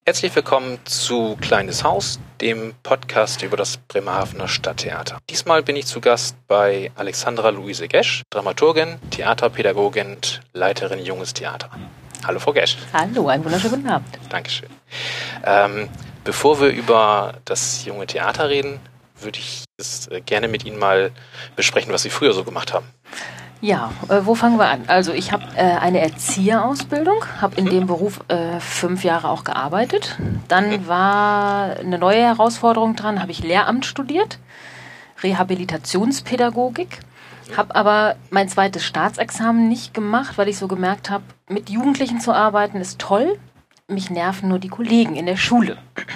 Herzlich willkommen zu Kleines Haus, dem Podcast über das Bremerhavener Stadttheater. Diesmal bin ich zu Gast bei Alexandra Luise Gesch, Dramaturgin, Theaterpädagogin und Leiterin Junges Theater. Hallo Frau Gesch. Hallo, einen wunderschönen guten Abend. Dankeschön. Bevor wir über das junge Theater reden, würde ich es gerne mit Ihnen mal besprechen, was Sie früher so gemacht haben. Ja, wo fangen wir an? Also ich habe eine Erzieherausbildung, habe in dem Beruf 5 Jahre auch gearbeitet. Dann war eine neue Herausforderung dran, habe ich Lehramt studiert, Rehabilitationspädagogik, habe aber mein zweites Staatsexamen nicht gemacht, weil ich so gemerkt habe, mit Jugendlichen zu arbeiten ist toll, mich nerven nur die Kollegen in der Schule.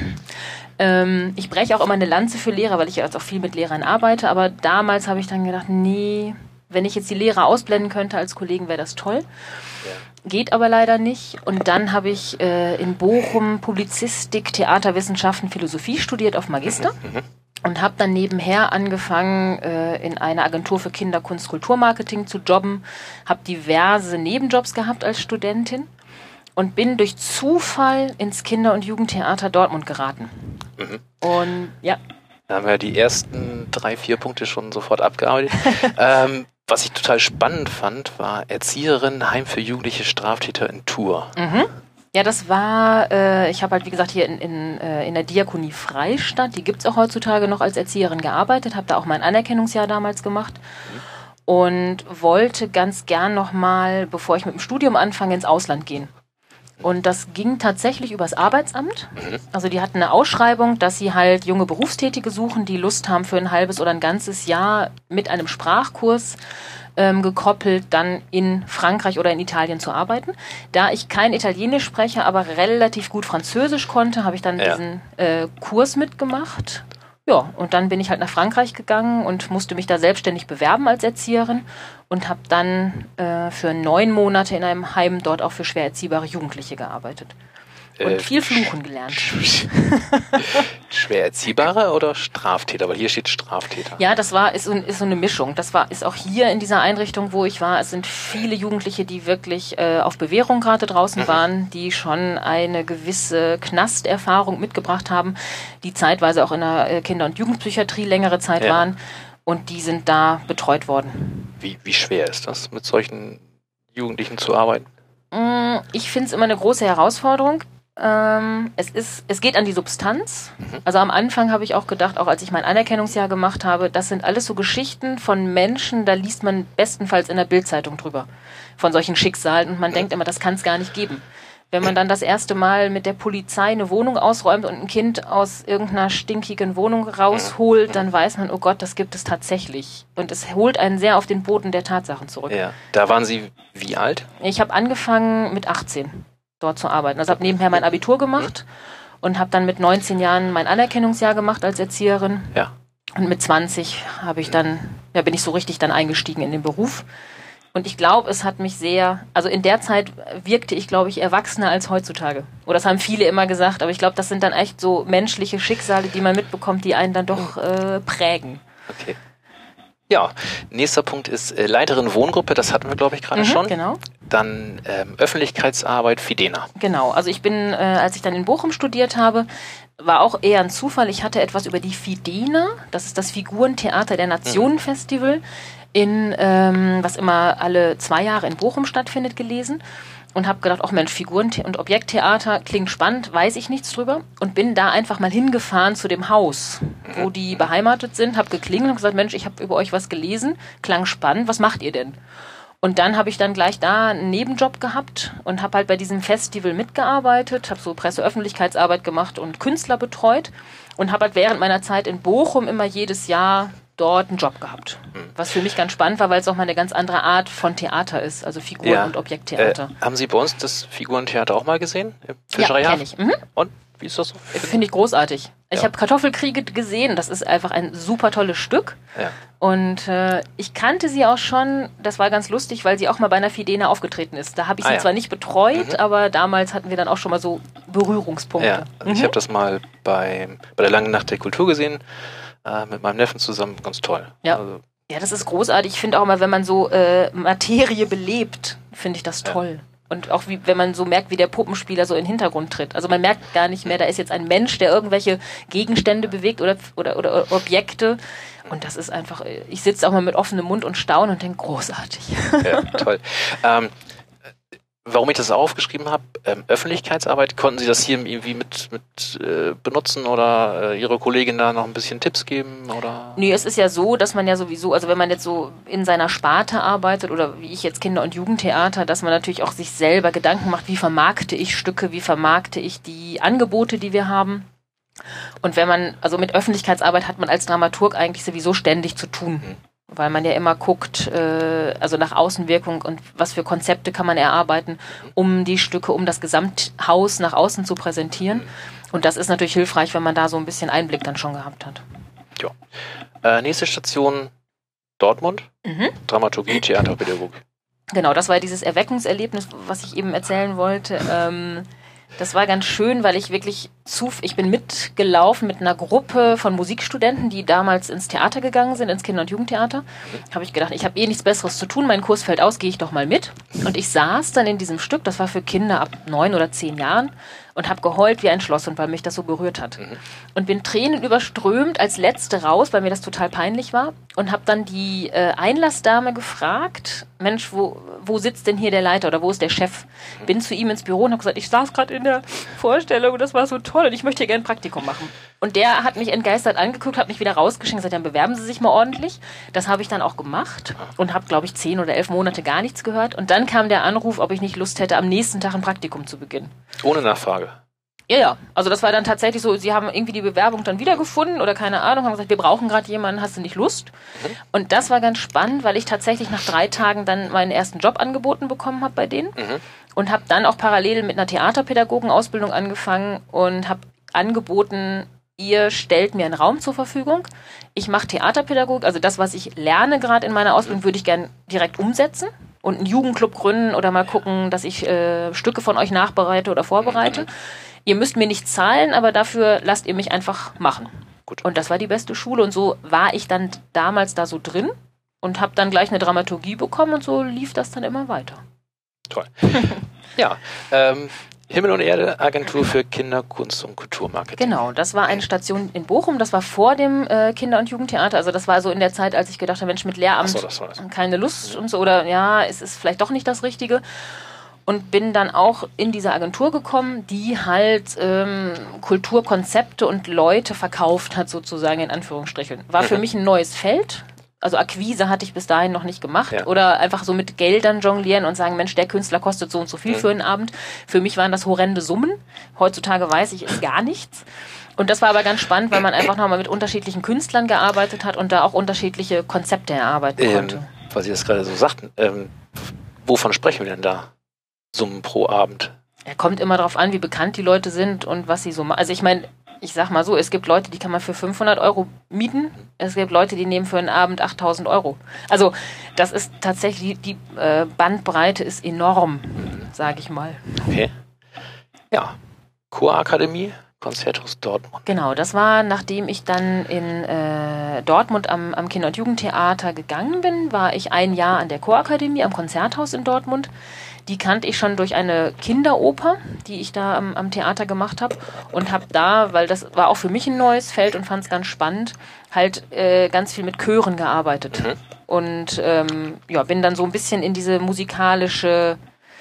Ich breche auch immer eine Lanze für Lehrer, weil ich ja jetzt auch viel mit Lehrern arbeite, aber damals habe ich dann gedacht, nee, wenn ich jetzt die Lehrer ausblenden könnte als Kollegen, wäre das toll. Ja. Geht aber leider nicht. Und dann habe ich in Bochum Publizistik, Theaterwissenschaften, Philosophie studiert auf Magister und habe dann nebenher angefangen, in einer Agentur für Kinderkunst, Kulturmarketing zu jobben, habe diverse Nebenjobs gehabt als Studentin und bin durch Zufall ins Kinder- und Jugendtheater Dortmund geraten. Und ja. Da haben wir die ersten 3-4 Punkte schon sofort abgearbeitet. Was ich total spannend fand, war Erzieherin, Heim für jugendliche Straftäter in Tours. Ja, das war, ich habe halt wie gesagt hier in der Diakonie Freistadt, die gibt's auch heutzutage noch, als Erzieherin gearbeitet, habe da auch mein Anerkennungsjahr damals gemacht und wollte ganz gern nochmal, bevor ich mit dem Studium anfange, ins Ausland gehen. Und das ging tatsächlich übers Arbeitsamt. Also die hatten eine Ausschreibung, dass sie halt junge Berufstätige suchen, die Lust haben, für ein halbes oder ein ganzes Jahr mit einem Sprachkurs gekoppelt, dann in Frankreich oder in Italien zu arbeiten. Da ich kein Italienisch spreche, aber relativ gut Französisch konnte, habe ich dann diesen Kurs mitgemacht. Ja, und dann bin ich halt nach Frankreich gegangen und musste mich da selbstständig bewerben als Erzieherin und habe dann für 9 Monate in einem Heim dort auch für schwer erziehbare Jugendliche gearbeitet. Und viel fluchen gelernt. Schwer erziehbare oder Straftäter? Weil hier steht Straftäter. Ja, das ist so eine Mischung. Ist auch hier in dieser Einrichtung, wo ich war. Es sind viele Jugendliche, die wirklich auf Bewährung gerade draußen waren, die schon eine gewisse Knasterfahrung mitgebracht haben, die zeitweise auch in der Kinder- und Jugendpsychiatrie längere Zeit waren. Und die sind da betreut worden. Wie schwer ist das, mit solchen Jugendlichen zu arbeiten? Ich finde es immer eine große Herausforderung. Es geht an die Substanz. Also am Anfang habe ich auch gedacht, auch als ich mein Anerkennungsjahr gemacht habe, das sind alles so Geschichten von Menschen, da liest man bestenfalls in der Bildzeitung drüber, von solchen Schicksalen und man denkt immer, das kann es gar nicht geben. Wenn man dann das erste Mal mit der Polizei eine Wohnung ausräumt und ein Kind aus irgendeiner stinkigen Wohnung rausholt, dann weiß man, oh Gott, das gibt es tatsächlich. Und es holt einen sehr auf den Boden der Tatsachen zurück. Ja. Da waren Sie wie alt? Ich habe angefangen mit 18 dort zu arbeiten. Also habe nebenher mein Abitur gemacht und habe dann mit 19 Jahren mein Anerkennungsjahr gemacht als Erzieherin. Ja. Und mit 20 bin ich so richtig dann eingestiegen in den Beruf. Und ich glaube, es hat mich also in der Zeit wirkte ich, glaube ich, erwachsener als heutzutage. Oder das haben viele immer gesagt, aber ich glaube, das sind dann echt so menschliche Schicksale, die man mitbekommt, die einen dann doch prägen. Okay. Ja, nächster Punkt ist Leiterin Wohngruppe, das hatten wir, glaube ich, gerade schon. Genau. Dann Öffentlichkeitsarbeit, Fidena. Genau, also ich bin, als ich dann in Bochum studiert habe, war auch eher ein Zufall. Ich hatte etwas über die Fidena, das ist das Figurentheater der Nationen Festival, was immer alle 2 Jahre in Bochum stattfindet, gelesen. Und habe gedacht, ach Mensch, Figuren- und Objekttheater klingt spannend, weiß ich nichts drüber. Und bin da einfach mal hingefahren zu dem Haus, wo die beheimatet sind, habe geklingelt und gesagt, Mensch, ich habe über euch was gelesen, klang spannend, was macht ihr denn? Und dann habe ich dann gleich da einen Nebenjob gehabt und habe halt bei diesem Festival mitgearbeitet, habe so Presse-Öffentlichkeitsarbeit gemacht und Künstler betreut und habe halt während meiner Zeit in Bochum immer jedes Jahr dort einen Job gehabt. Was für mich ganz spannend war, weil es auch mal eine ganz andere Art von Theater ist, also Figuren- und Objekttheater. Haben Sie bei uns das Figurentheater auch mal gesehen? Ja, kenne ich. Und wie ist das so? Finde ich großartig. Ich habe Kartoffelkriege gesehen, das ist einfach ein super tolles Stück. Ja. Und ich kannte sie auch schon, das war ganz lustig, weil sie auch mal bei einer Fidena aufgetreten ist. Da habe ich sie zwar nicht betreut, aber damals hatten wir dann auch schon mal so Berührungspunkte. Ja, also ich habe das mal bei der Langen Nacht der Kultur gesehen, mit meinem Neffen zusammen, ganz toll. Ja. Ja, das ist großartig. Ich finde auch mal, wenn man so Materie belebt, finde ich das toll. Und auch wie, wenn man so merkt, wie der Puppenspieler so in den Hintergrund tritt. Also man merkt gar nicht mehr, da ist jetzt ein Mensch, der irgendwelche Gegenstände bewegt oder Objekte. Und das ist einfach, ich sitze auch mal mit offenem Mund und staune und denke, großartig. Ja, toll. Warum ich das aufgeschrieben habe, Öffentlichkeitsarbeit, konnten Sie das hier irgendwie mit benutzen oder Ihre Kollegin da noch ein bisschen Tipps geben? Oder? Nee, es ist ja so, dass man ja sowieso, also wenn man jetzt so in seiner Sparte arbeitet oder wie ich jetzt Kinder- und Jugendtheater, dass man natürlich auch sich selber Gedanken macht, wie vermarkte ich Stücke, wie vermarkte ich die Angebote, die wir haben. Und wenn man, also mit Öffentlichkeitsarbeit hat man als Dramaturg eigentlich sowieso ständig zu tun. Weil man ja immer guckt, also nach Außenwirkung und was für Konzepte kann man erarbeiten, um die Stücke, um das Gesamthaus nach außen zu präsentieren. Und das ist natürlich hilfreich, wenn man da so ein bisschen Einblick dann schon gehabt hat. Ja. Nächste Station Dortmund. Dramaturgie, Theaterpädagogik. Genau, das war dieses Erweckungserlebnis, was ich eben erzählen wollte. Das war ganz schön, weil ich wirklich ich bin mitgelaufen mit einer Gruppe von Musikstudenten, die damals ins Theater gegangen sind, ins Kinder- und Jugendtheater. Habe ich gedacht, ich habe nichts Besseres zu tun, mein Kurs fällt aus, gehe ich doch mal mit. Und ich saß dann in diesem Stück, das war für Kinder ab 9 oder 10 Jahren, und habe geheult wie ein Schlosshund, weil mich das so berührt hat. Und bin tränenüberströmt als Letzte raus, weil mir das total peinlich war. Und habe dann die Einlassdame gefragt, Mensch, wo sitzt denn hier der Leiter oder wo ist der Chef? Bin zu ihm ins Büro und habe gesagt, ich saß gerade in der Vorstellung und das war so toll und ich möchte hier gerne ein Praktikum machen. Und der hat mich entgeistert angeguckt, hat mich wieder rausgeschickt und gesagt, dann bewerben Sie sich mal ordentlich. Das habe ich dann auch gemacht und habe, glaube ich, 10 oder 11 Monate gar nichts gehört. Und dann kam der Anruf, ob ich nicht Lust hätte, am nächsten Tag ein Praktikum zu beginnen. Ohne Nachfrage? Ja. Also das war dann tatsächlich so, sie haben irgendwie die Bewerbung dann wiedergefunden oder keine Ahnung, haben gesagt, wir brauchen gerade jemanden, hast du nicht Lust? Und das war ganz spannend, weil ich tatsächlich nach 3 Tagen dann meinen ersten Job angeboten bekommen habe bei denen. Und habe dann auch parallel mit einer Theaterpädagogenausbildung angefangen und habe angeboten, ihr stellt mir einen Raum zur Verfügung. Ich mache Theaterpädagogik, also das, was ich lerne gerade in meiner Ausbildung, würde ich gern direkt umsetzen und einen Jugendclub gründen oder mal gucken, dass ich Stücke von euch nachbereite oder vorbereite. Ihr müsst mir nicht zahlen, aber dafür lasst ihr mich einfach machen. Gut. Und das war die beste Schule und so war ich dann damals da so drin und habe dann gleich eine Dramaturgie bekommen und so lief das dann immer weiter. Toll. Ja, Himmel und Erde, Agentur für Kinder, Kunst und Kulturmarketing. Genau, das war eine Station in Bochum, das war vor dem Kinder- und Jugendtheater, also das war so in der Zeit, als ich gedacht habe, Mensch, mit Lehramt das war das. Keine Lust und so, oder ja, es ist vielleicht doch nicht das Richtige. Und bin dann auch in diese Agentur gekommen, die halt Kulturkonzepte und Leute verkauft hat, sozusagen in Anführungsstrichen. War für mich ein neues Feld. Also Akquise hatte ich bis dahin noch nicht gemacht. Ja. Oder einfach so mit Geldern jonglieren und sagen, Mensch, der Künstler kostet so und so viel für einen Abend. Für mich waren das horrende Summen. Heutzutage weiß ich, ist gar nichts. Und das war aber ganz spannend, weil man einfach nochmal mit unterschiedlichen Künstlern gearbeitet hat und da auch unterschiedliche Konzepte erarbeiten konnte. Weil Sie das gerade so sagten, wovon sprechen wir denn da? Summen pro Abend? Er kommt immer darauf an, wie bekannt die Leute sind und was sie so machen. Also ich meine, ich sag mal so, es gibt Leute, die kann man für 500 Euro mieten. Es gibt Leute, die nehmen für einen Abend 8.000 Euro. Also das ist tatsächlich, die Bandbreite ist enorm, sage ich mal. Okay. Ja, Chorakademie, Konzerthaus Dortmund. Genau, das war, nachdem ich dann in Dortmund am Kinder- und Jugendtheater gegangen bin, war ich 1 Jahr an der Chorakademie am Konzerthaus in Dortmund. Die kannte ich schon durch eine Kinderoper, die ich da am Theater gemacht habe und habe da, weil das war auch für mich ein neues Feld und fand es ganz spannend, halt ganz viel mit Chören gearbeitet. Und bin dann so ein bisschen in diese musikalische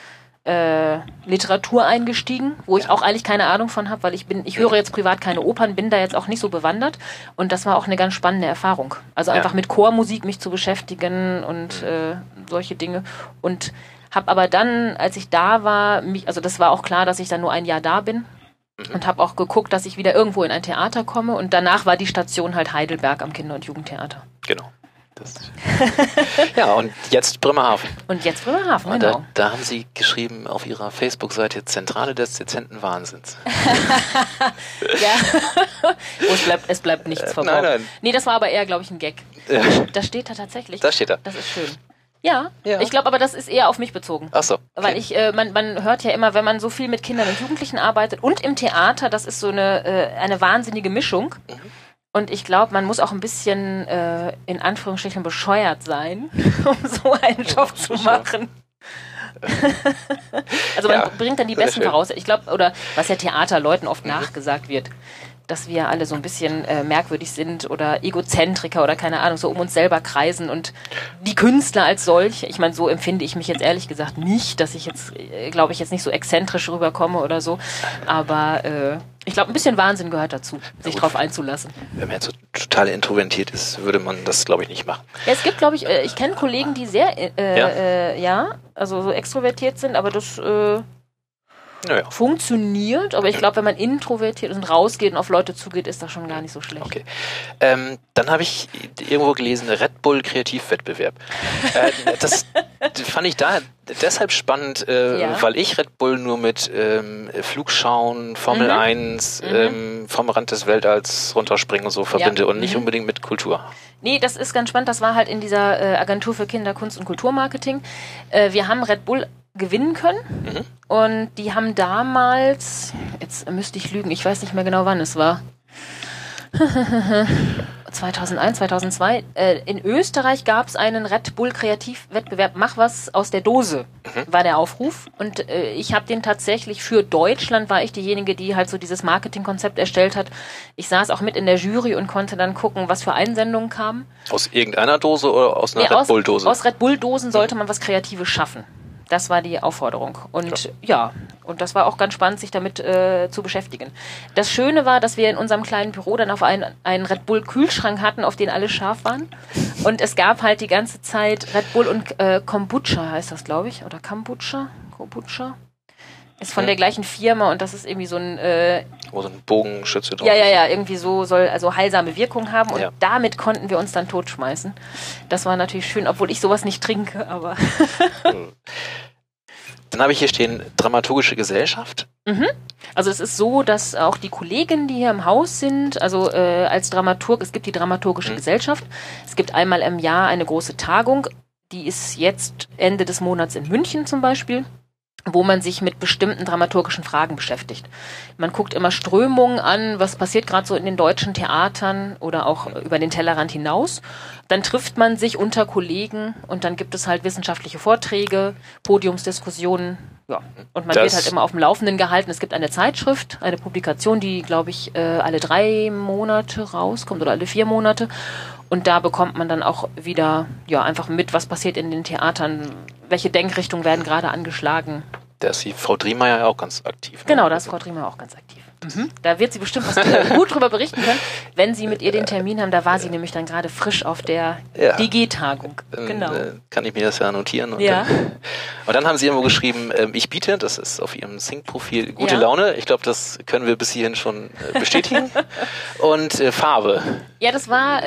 Literatur eingestiegen, wo ich auch eigentlich keine Ahnung von habe, weil ich höre jetzt privat keine Opern, bin da jetzt auch nicht so bewandert und das war auch eine ganz spannende Erfahrung. Also einfach mit Chormusik mich zu beschäftigen und solche Dinge und habe aber dann, als ich da war, also das war auch klar, dass ich dann nur 1 Jahr da bin und habe auch geguckt, dass ich wieder irgendwo in ein Theater komme und danach war die Station halt Heidelberg am Kinder- und Jugendtheater. Genau. Ja, und jetzt Bremerhaven. Und jetzt Bremerhaven, genau. Da haben Sie geschrieben auf Ihrer Facebook-Seite Zentrale des dezenten Wahnsinns. Ja. Es bleibt nichts verborgen. Nein. Nee, das war aber eher, glaube ich, ein Gag. Das steht da tatsächlich. Das steht da. Das ist schön. Ja. Ich glaube aber, das ist eher auf mich bezogen. Ach so. Weil Okay. man hört ja immer, wenn man so viel mit Kindern und Jugendlichen arbeitet und im Theater, das ist so eine wahnsinnige Mischung. Und ich glaube, man muss auch ein bisschen in Anführungsstrichen bescheuert sein, um so einen Job zu machen. Also man bringt dann die besten Voraussetzungen. Ich glaube, oder was ja Theaterleuten oft nachgesagt wird, dass wir alle so ein bisschen merkwürdig sind oder Egozentriker oder keine Ahnung, so um uns selber kreisen und die Künstler als solche, ich meine, so empfinde ich mich jetzt ehrlich gesagt nicht, dass ich jetzt, glaube ich, jetzt nicht so exzentrisch rüberkomme oder so, aber ich glaube, ein bisschen Wahnsinn gehört dazu, sich drauf einzulassen. Wenn man jetzt so total introvertiert ist, würde man das, glaube ich, nicht machen. Ja, es gibt, glaube ich, ich kenne Kollegen, die sehr, also so extrovertiert sind, aber das funktioniert, aber ich glaube, wenn man introvertiert ist und rausgeht und auf Leute zugeht, ist das schon gar nicht so schlecht. Okay. Dann habe ich irgendwo gelesen, Red Bull Kreativwettbewerb. Das fand ich da deshalb spannend, weil ich Red Bull nur mit Flugschauen, Formel 1, vom Rand des Weltalls runterspringen und so verbinde und nicht unbedingt mit Kultur. Nee, das ist ganz spannend. Das war halt in dieser Agentur für Kinder-, Kunst- und Kulturmarketing. Wir haben Red Bull gewinnen können und die haben damals, jetzt müsste ich lügen, ich weiß nicht mehr genau wann es war, 2001, 2002, in Österreich gab es einen Red Bull Kreativwettbewerb, mach was aus der Dose, war der Aufruf und ich habe den tatsächlich für Deutschland, war ich diejenige, die halt so dieses Marketingkonzept erstellt hat. Ich saß auch mit in der Jury und konnte dann gucken, was für Einsendungen kamen. Aus irgendeiner Dose oder aus einer Red Bull Dose? Aus Red Bull Dosen sollte man was Kreatives schaffen. Das war die Aufforderung. Und und das war auch ganz spannend, sich damit zu beschäftigen. Das Schöne war, dass wir in unserem kleinen Büro dann auf einen Red Bull Kühlschrank hatten, auf den alle scharf waren. Und es gab halt die ganze Zeit Red Bull und Kombucha heißt das, glaube ich. Oder Kombucha? Ist von der gleichen Firma und das ist irgendwie so ein wo so ein Bogenschütze drauf Ja, irgendwie so soll also heilsame Wirkung haben und damit konnten wir uns dann totschmeißen. Das war natürlich schön, obwohl ich sowas nicht trinke, aber Dann habe ich hier stehen, Dramaturgische Gesellschaft. Also es ist so, dass auch die Kollegen, die hier im Haus sind, also als Dramaturg, es gibt die Dramaturgische Gesellschaft, es gibt einmal im Jahr eine große Tagung, die ist jetzt Ende des Monats in München zum Beispiel, wo man sich mit bestimmten dramaturgischen Fragen beschäftigt. Man guckt immer Strömungen an, was passiert gerade so in den deutschen Theatern oder auch über den Tellerrand hinaus. Dann trifft man sich unter Kollegen und dann gibt es halt wissenschaftliche Vorträge, Podiumsdiskussionen, und man wird halt immer auf dem Laufenden gehalten. Es gibt eine Zeitschrift, eine Publikation, die, glaube ich, alle 3 Monate rauskommt oder alle 4 Monate. Und da bekommt man dann auch wieder einfach mit, was passiert in den Theatern, welche Denkrichtungen werden gerade angeschlagen. Da ist die Frau Driemeyer ja auch ganz aktiv. Ne? Genau, da ist Frau Driemeyer auch ganz aktiv. Da wird sie bestimmt was gut drüber berichten können, wenn Sie mit ihr den Termin haben. Da war sie nämlich dann gerade frisch auf der DG-Tagung. Genau. Kann ich mir das ja notieren. Und dann haben Sie irgendwo geschrieben, ich biete, das ist auf Ihrem Sync-Profil, gute Laune. Ich glaube, das können wir bis hierhin schon bestätigen. Und Farbe. Ja, das war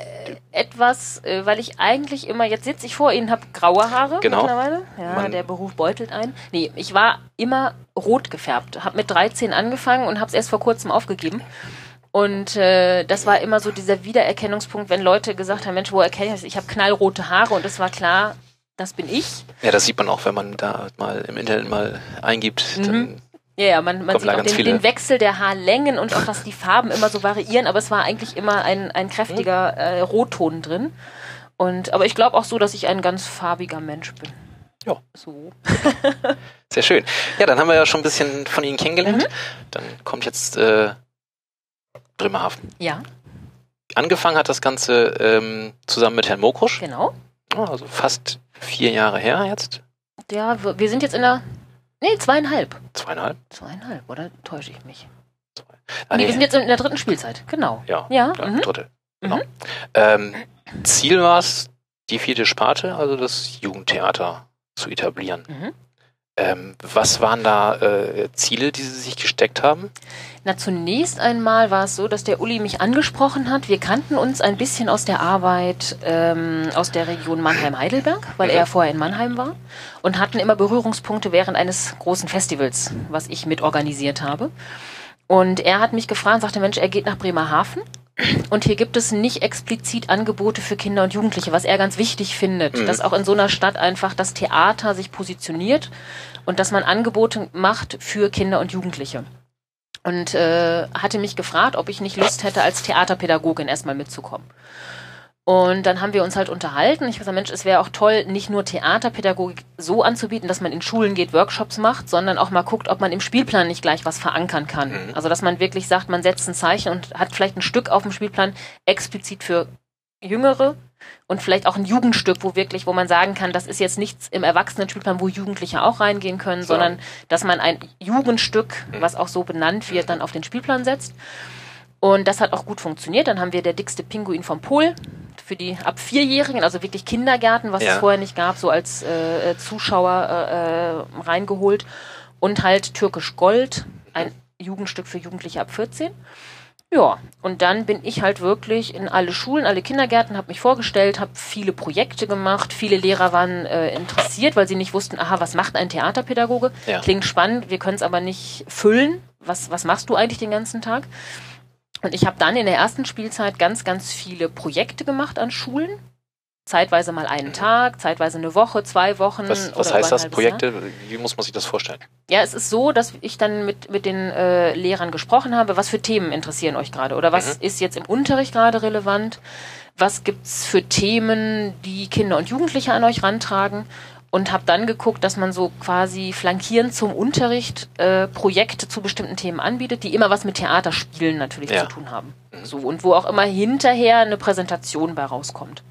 etwas, weil ich eigentlich immer, jetzt sitze ich vor Ihnen, habe graue Haare mittlerweile. Ja, der Beruf beutelt ein. Nee, ich war immer rot gefärbt. Habe mit 13 angefangen und habe es erst vor kurzem aufgegeben. Und das war immer so dieser Wiedererkennungspunkt, wenn Leute gesagt haben, Mensch, wo erkenne ich das? Ich habe knallrote Haare und es war klar, das bin ich. Ja, das sieht man auch, wenn man da mal im Internet mal eingibt. Dann man sieht auch den Wechsel der Haarlängen und auch, dass die Farben immer so variieren, aber es war eigentlich immer ein kräftiger Rotton drin. Aber ich glaube auch so, dass ich ein ganz farbiger Mensch bin. Ja. So. Sehr schön. Ja, dann haben wir ja schon ein bisschen von Ihnen kennengelernt. Dann kommt jetzt Bremerhaven. Ja. Angefangen hat das Ganze zusammen mit Herrn Mokrusch. Genau. Also fast 4 Jahre her jetzt. Ja, wir sind jetzt in der... Nee, 2,5. 2,5? 2,5, oder täusche ich mich? Nee, wir sind jetzt in der 3. Spielzeit, genau. Ja. Dritte. Genau. Ziel war es, die 4. Sparte, also das Jugendtheater, zu etablieren. Was waren da Ziele, die Sie sich gesteckt haben? Na, zunächst einmal war es so, dass der Uli mich angesprochen hat. Wir kannten uns ein bisschen aus der Arbeit aus der Region Mannheim-Heidelberg, weil er vorher in Mannheim war und hatten immer Berührungspunkte während eines großen Festivals, was ich mit organisiert habe. Und er hat mich gefragt und sagte, Mensch, er geht nach Bremerhaven. Und hier gibt es nicht explizit Angebote für Kinder und Jugendliche, was er ganz wichtig findet, dass auch in so einer Stadt einfach das Theater sich positioniert und dass man Angebote macht für Kinder und Jugendliche. Und hatte mich gefragt, ob ich nicht Lust hätte, als Theaterpädagogin erstmal mitzukommen. Und dann haben wir uns halt unterhalten. Ich habe gesagt, Mensch, es wäre auch toll, nicht nur Theaterpädagogik so anzubieten, dass man in Schulen geht, Workshops macht, sondern auch mal guckt, ob man im Spielplan nicht gleich was verankern kann. Also, dass man wirklich sagt, man setzt ein Zeichen und hat vielleicht ein Stück auf dem Spielplan explizit für Jüngere und vielleicht auch ein Jugendstück, wo man sagen kann, das ist jetzt nichts im Erwachsenen-Spielplan, wo Jugendliche auch reingehen können, sondern dass man ein Jugendstück, was auch so benannt wird, dann auf den Spielplan setzt. Und das hat auch gut funktioniert. Dann haben wir der dickste Pinguin vom Pol für die ab 4-Jährigen, also wirklich Kindergärten, was es vorher nicht gab, so als Zuschauer reingeholt. Und halt Türkisch Gold, ein Jugendstück für Jugendliche ab 14. Ja, und dann bin ich halt wirklich in alle Schulen, alle Kindergärten, habe mich vorgestellt, habe viele Projekte gemacht. Viele Lehrer waren interessiert, weil sie nicht wussten, aha, was macht ein Theaterpädagoge? Ja. Klingt spannend, wir können es aber nicht füllen. Was machst du eigentlich den ganzen Tag? Und ich habe dann in der ersten Spielzeit ganz, ganz viele Projekte gemacht an Schulen. Zeitweise mal einen Tag, zeitweise eine Woche, 2 Wochen. Was heißt das, Projekte? Wie muss man sich das vorstellen? Ja, es ist so, dass ich dann mit den Lehrern gesprochen habe, was für Themen interessieren euch gerade oder was ist jetzt im Unterricht gerade relevant, was gibt's für Themen, die Kinder und Jugendliche an euch rantragen und habe dann geguckt, dass man so quasi flankierend zum Unterricht Projekte zu bestimmten Themen anbietet, die immer was mit Theaterspielen natürlich zu tun haben. So, und wo auch immer hinterher eine Präsentation bei rauskommt.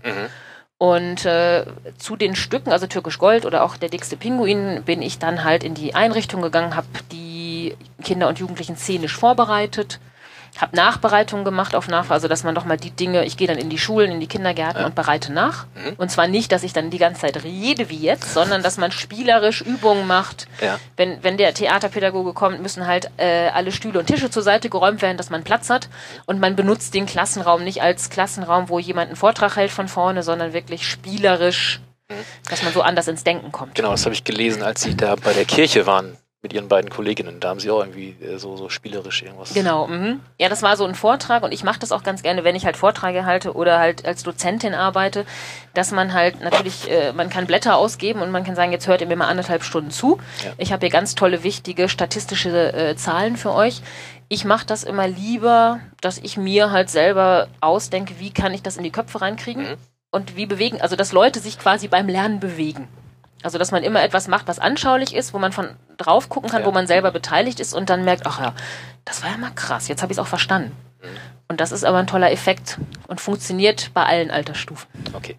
Und zu den Stücken, also Türkisch Gold oder auch der dickste Pinguin, bin ich dann halt in die Einrichtung gegangen, habe die Kinder und Jugendlichen szenisch vorbereitet, habe Nachbereitungen gemacht auf Nachfrage, also dass man doch mal die Dinge, ich gehe dann in die Schulen, in die Kindergärten und bereite nach. Und zwar nicht, dass ich dann die ganze Zeit rede wie jetzt, sondern dass man spielerisch Übungen macht. Ja. Wenn der Theaterpädagoge kommt, müssen halt alle Stühle und Tische zur Seite geräumt werden, dass man Platz hat. Und man benutzt den Klassenraum nicht als Klassenraum, wo jemand einen Vortrag hält von vorne, sondern wirklich spielerisch, dass man so anders ins Denken kommt. Genau, das habe ich gelesen, als Sie da bei der Kirche waren. Mit Ihren beiden Kolleginnen, da haben Sie auch irgendwie so spielerisch irgendwas. Genau, ja, das war so ein Vortrag und ich mache das auch ganz gerne, wenn ich halt Vorträge halte oder halt als Dozentin arbeite, dass man halt natürlich, man kann Blätter ausgeben und man kann sagen, jetzt hört ihr mir mal 1,5 Stunden zu. Ja. Ich habe hier ganz tolle, wichtige statistische Zahlen für euch. Ich mache das immer lieber, dass ich mir halt selber ausdenke, wie kann ich das in die Köpfe reinkriegen und wie bewegen, also dass Leute sich quasi beim Lernen bewegen. Also, dass man immer etwas macht, was anschaulich ist, wo man von drauf gucken kann, wo man selber beteiligt ist und dann merkt, ach ja, das war ja mal krass, jetzt habe ich es auch verstanden. Und das ist aber ein toller Effekt und funktioniert bei allen Altersstufen. Okay.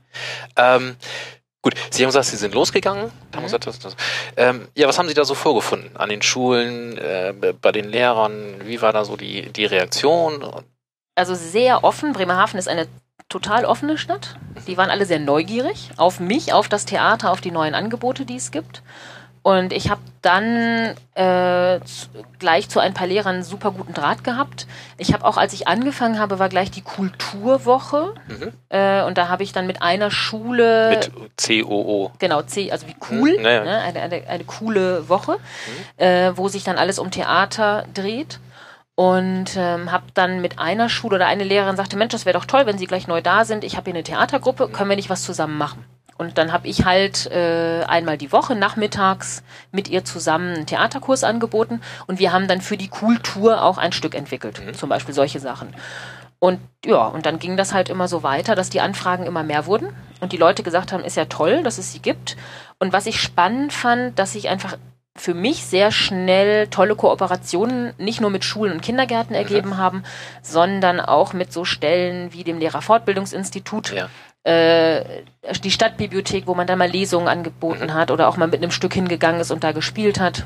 Gut, Sie haben gesagt, Sie sind losgegangen. Ja, was haben Sie da so vorgefunden? An den Schulen, bei den Lehrern? Wie war da so die Reaktion? Also sehr offen. Bremerhaven ist eine total offene Stadt. Die waren alle sehr neugierig auf mich, auf das Theater, auf die neuen Angebote, die es gibt. Und ich habe dann gleich zu ein paar Lehrern einen super guten Draht gehabt. Ich habe auch, als ich angefangen habe, war gleich die Kulturwoche. Und da habe ich dann mit einer Schule... Mit C-O-O. Genau, C, also wie cool. Naja. Ne, eine coole Woche, wo sich dann alles um Theater dreht. Und habe dann mit einer Schule oder eine Lehrerin sagte, Mensch, das wäre doch toll, wenn Sie gleich neu da sind. Ich habe hier eine Theatergruppe, können wir nicht was zusammen machen? Und dann habe ich halt einmal die Woche nachmittags mit ihr zusammen einen Theaterkurs angeboten. Und wir haben dann für die Kultur auch ein Stück entwickelt, zum Beispiel solche Sachen. Und ja, und dann ging das halt immer so weiter, dass die Anfragen immer mehr wurden. Und die Leute gesagt haben, ist ja toll, dass es sie gibt. Und was ich spannend fand, dass ich einfach für mich sehr schnell tolle Kooperationen nicht nur mit Schulen und Kindergärten ergeben haben, sondern auch mit so Stellen wie dem Lehrerfortbildungsinstitut, die Stadtbibliothek, wo man dann mal Lesungen angeboten hat oder auch mal mit einem Stück hingegangen ist und da gespielt hat.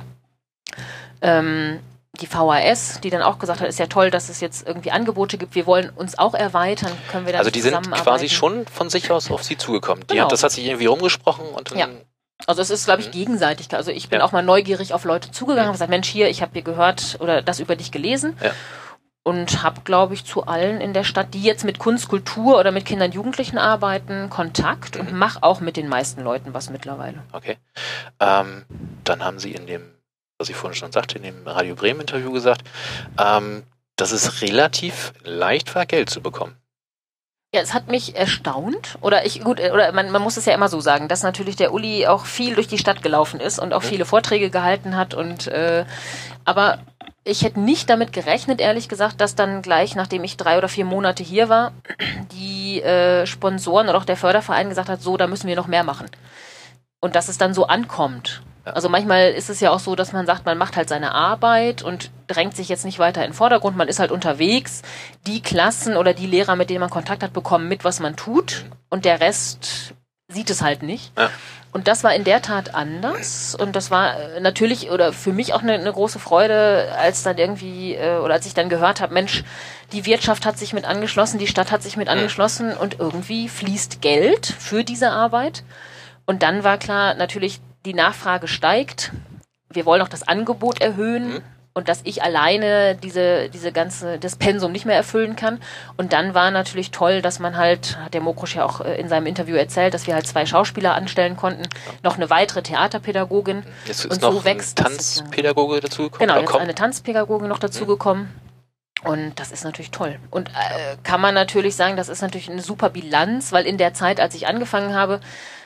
Die VHS, die dann auch gesagt hat, ist ja toll, dass es jetzt irgendwie Angebote gibt, wir wollen uns auch erweitern, können wir da zusammenarbeiten. Also die sind quasi schon von sich aus auf Sie zugekommen. Genau. Das hat sich irgendwie rumgesprochen und dann... Ja. Also es ist, glaube ich, gegenseitig. Also ich bin auch mal neugierig auf Leute zugegangen, habe gesagt, Mensch, hier, ich habe hier gehört oder das über dich gelesen und habe, glaube ich, zu allen in der Stadt, die jetzt mit Kunst, Kultur oder mit Kindern und Jugendlichen arbeiten, Kontakt und mache auch mit den meisten Leuten was mittlerweile. Okay. Dann haben Sie in dem, was ich vorhin schon sagte, in dem Radio Bremen Interview gesagt, dass es relativ leicht war, Geld zu bekommen. Ja, es hat mich erstaunt. Man muss es ja immer so sagen, dass natürlich der Uli auch viel durch die Stadt gelaufen ist und auch viele Vorträge gehalten hat. Aber ich hätte nicht damit gerechnet, ehrlich gesagt, dass dann gleich, nachdem ich 3 oder 4 Monate hier war, die Sponsoren oder auch der Förderverein gesagt hat, so, da müssen wir noch mehr machen. Und dass es dann so ankommt. Ja. Also manchmal ist es ja auch so, dass man sagt, man macht halt seine Arbeit und drängt sich jetzt nicht weiter in den Vordergrund, man ist halt unterwegs. Die Klassen oder die Lehrer, mit denen man Kontakt hat, bekommen mit, was man tut und der Rest sieht es halt nicht. Ja. Und das war in der Tat anders und das war natürlich oder für mich auch eine große Freude, als dann irgendwie oder als ich dann gehört habe, Mensch, die Wirtschaft hat sich mit angeschlossen, die Stadt hat sich mit angeschlossen und irgendwie fließt Geld für diese Arbeit. Und dann war klar, natürlich die Nachfrage steigt, wir wollen auch das Angebot erhöhen und dass ich alleine das Pensum nicht mehr erfüllen kann. Und dann war natürlich toll, dass man halt, hat der Mokrusch ja auch in seinem Interview erzählt, dass wir halt 2 Schauspieler anstellen konnten, noch eine weitere Theaterpädagogin. Jetzt ist noch ein Tanzpädagoge dazugekommen? Genau, jetzt eine Tanzpädagogin noch dazugekommen. Und das ist natürlich toll. Und kann man natürlich sagen, das ist natürlich eine super Bilanz, weil in der Zeit, als ich angefangen habe,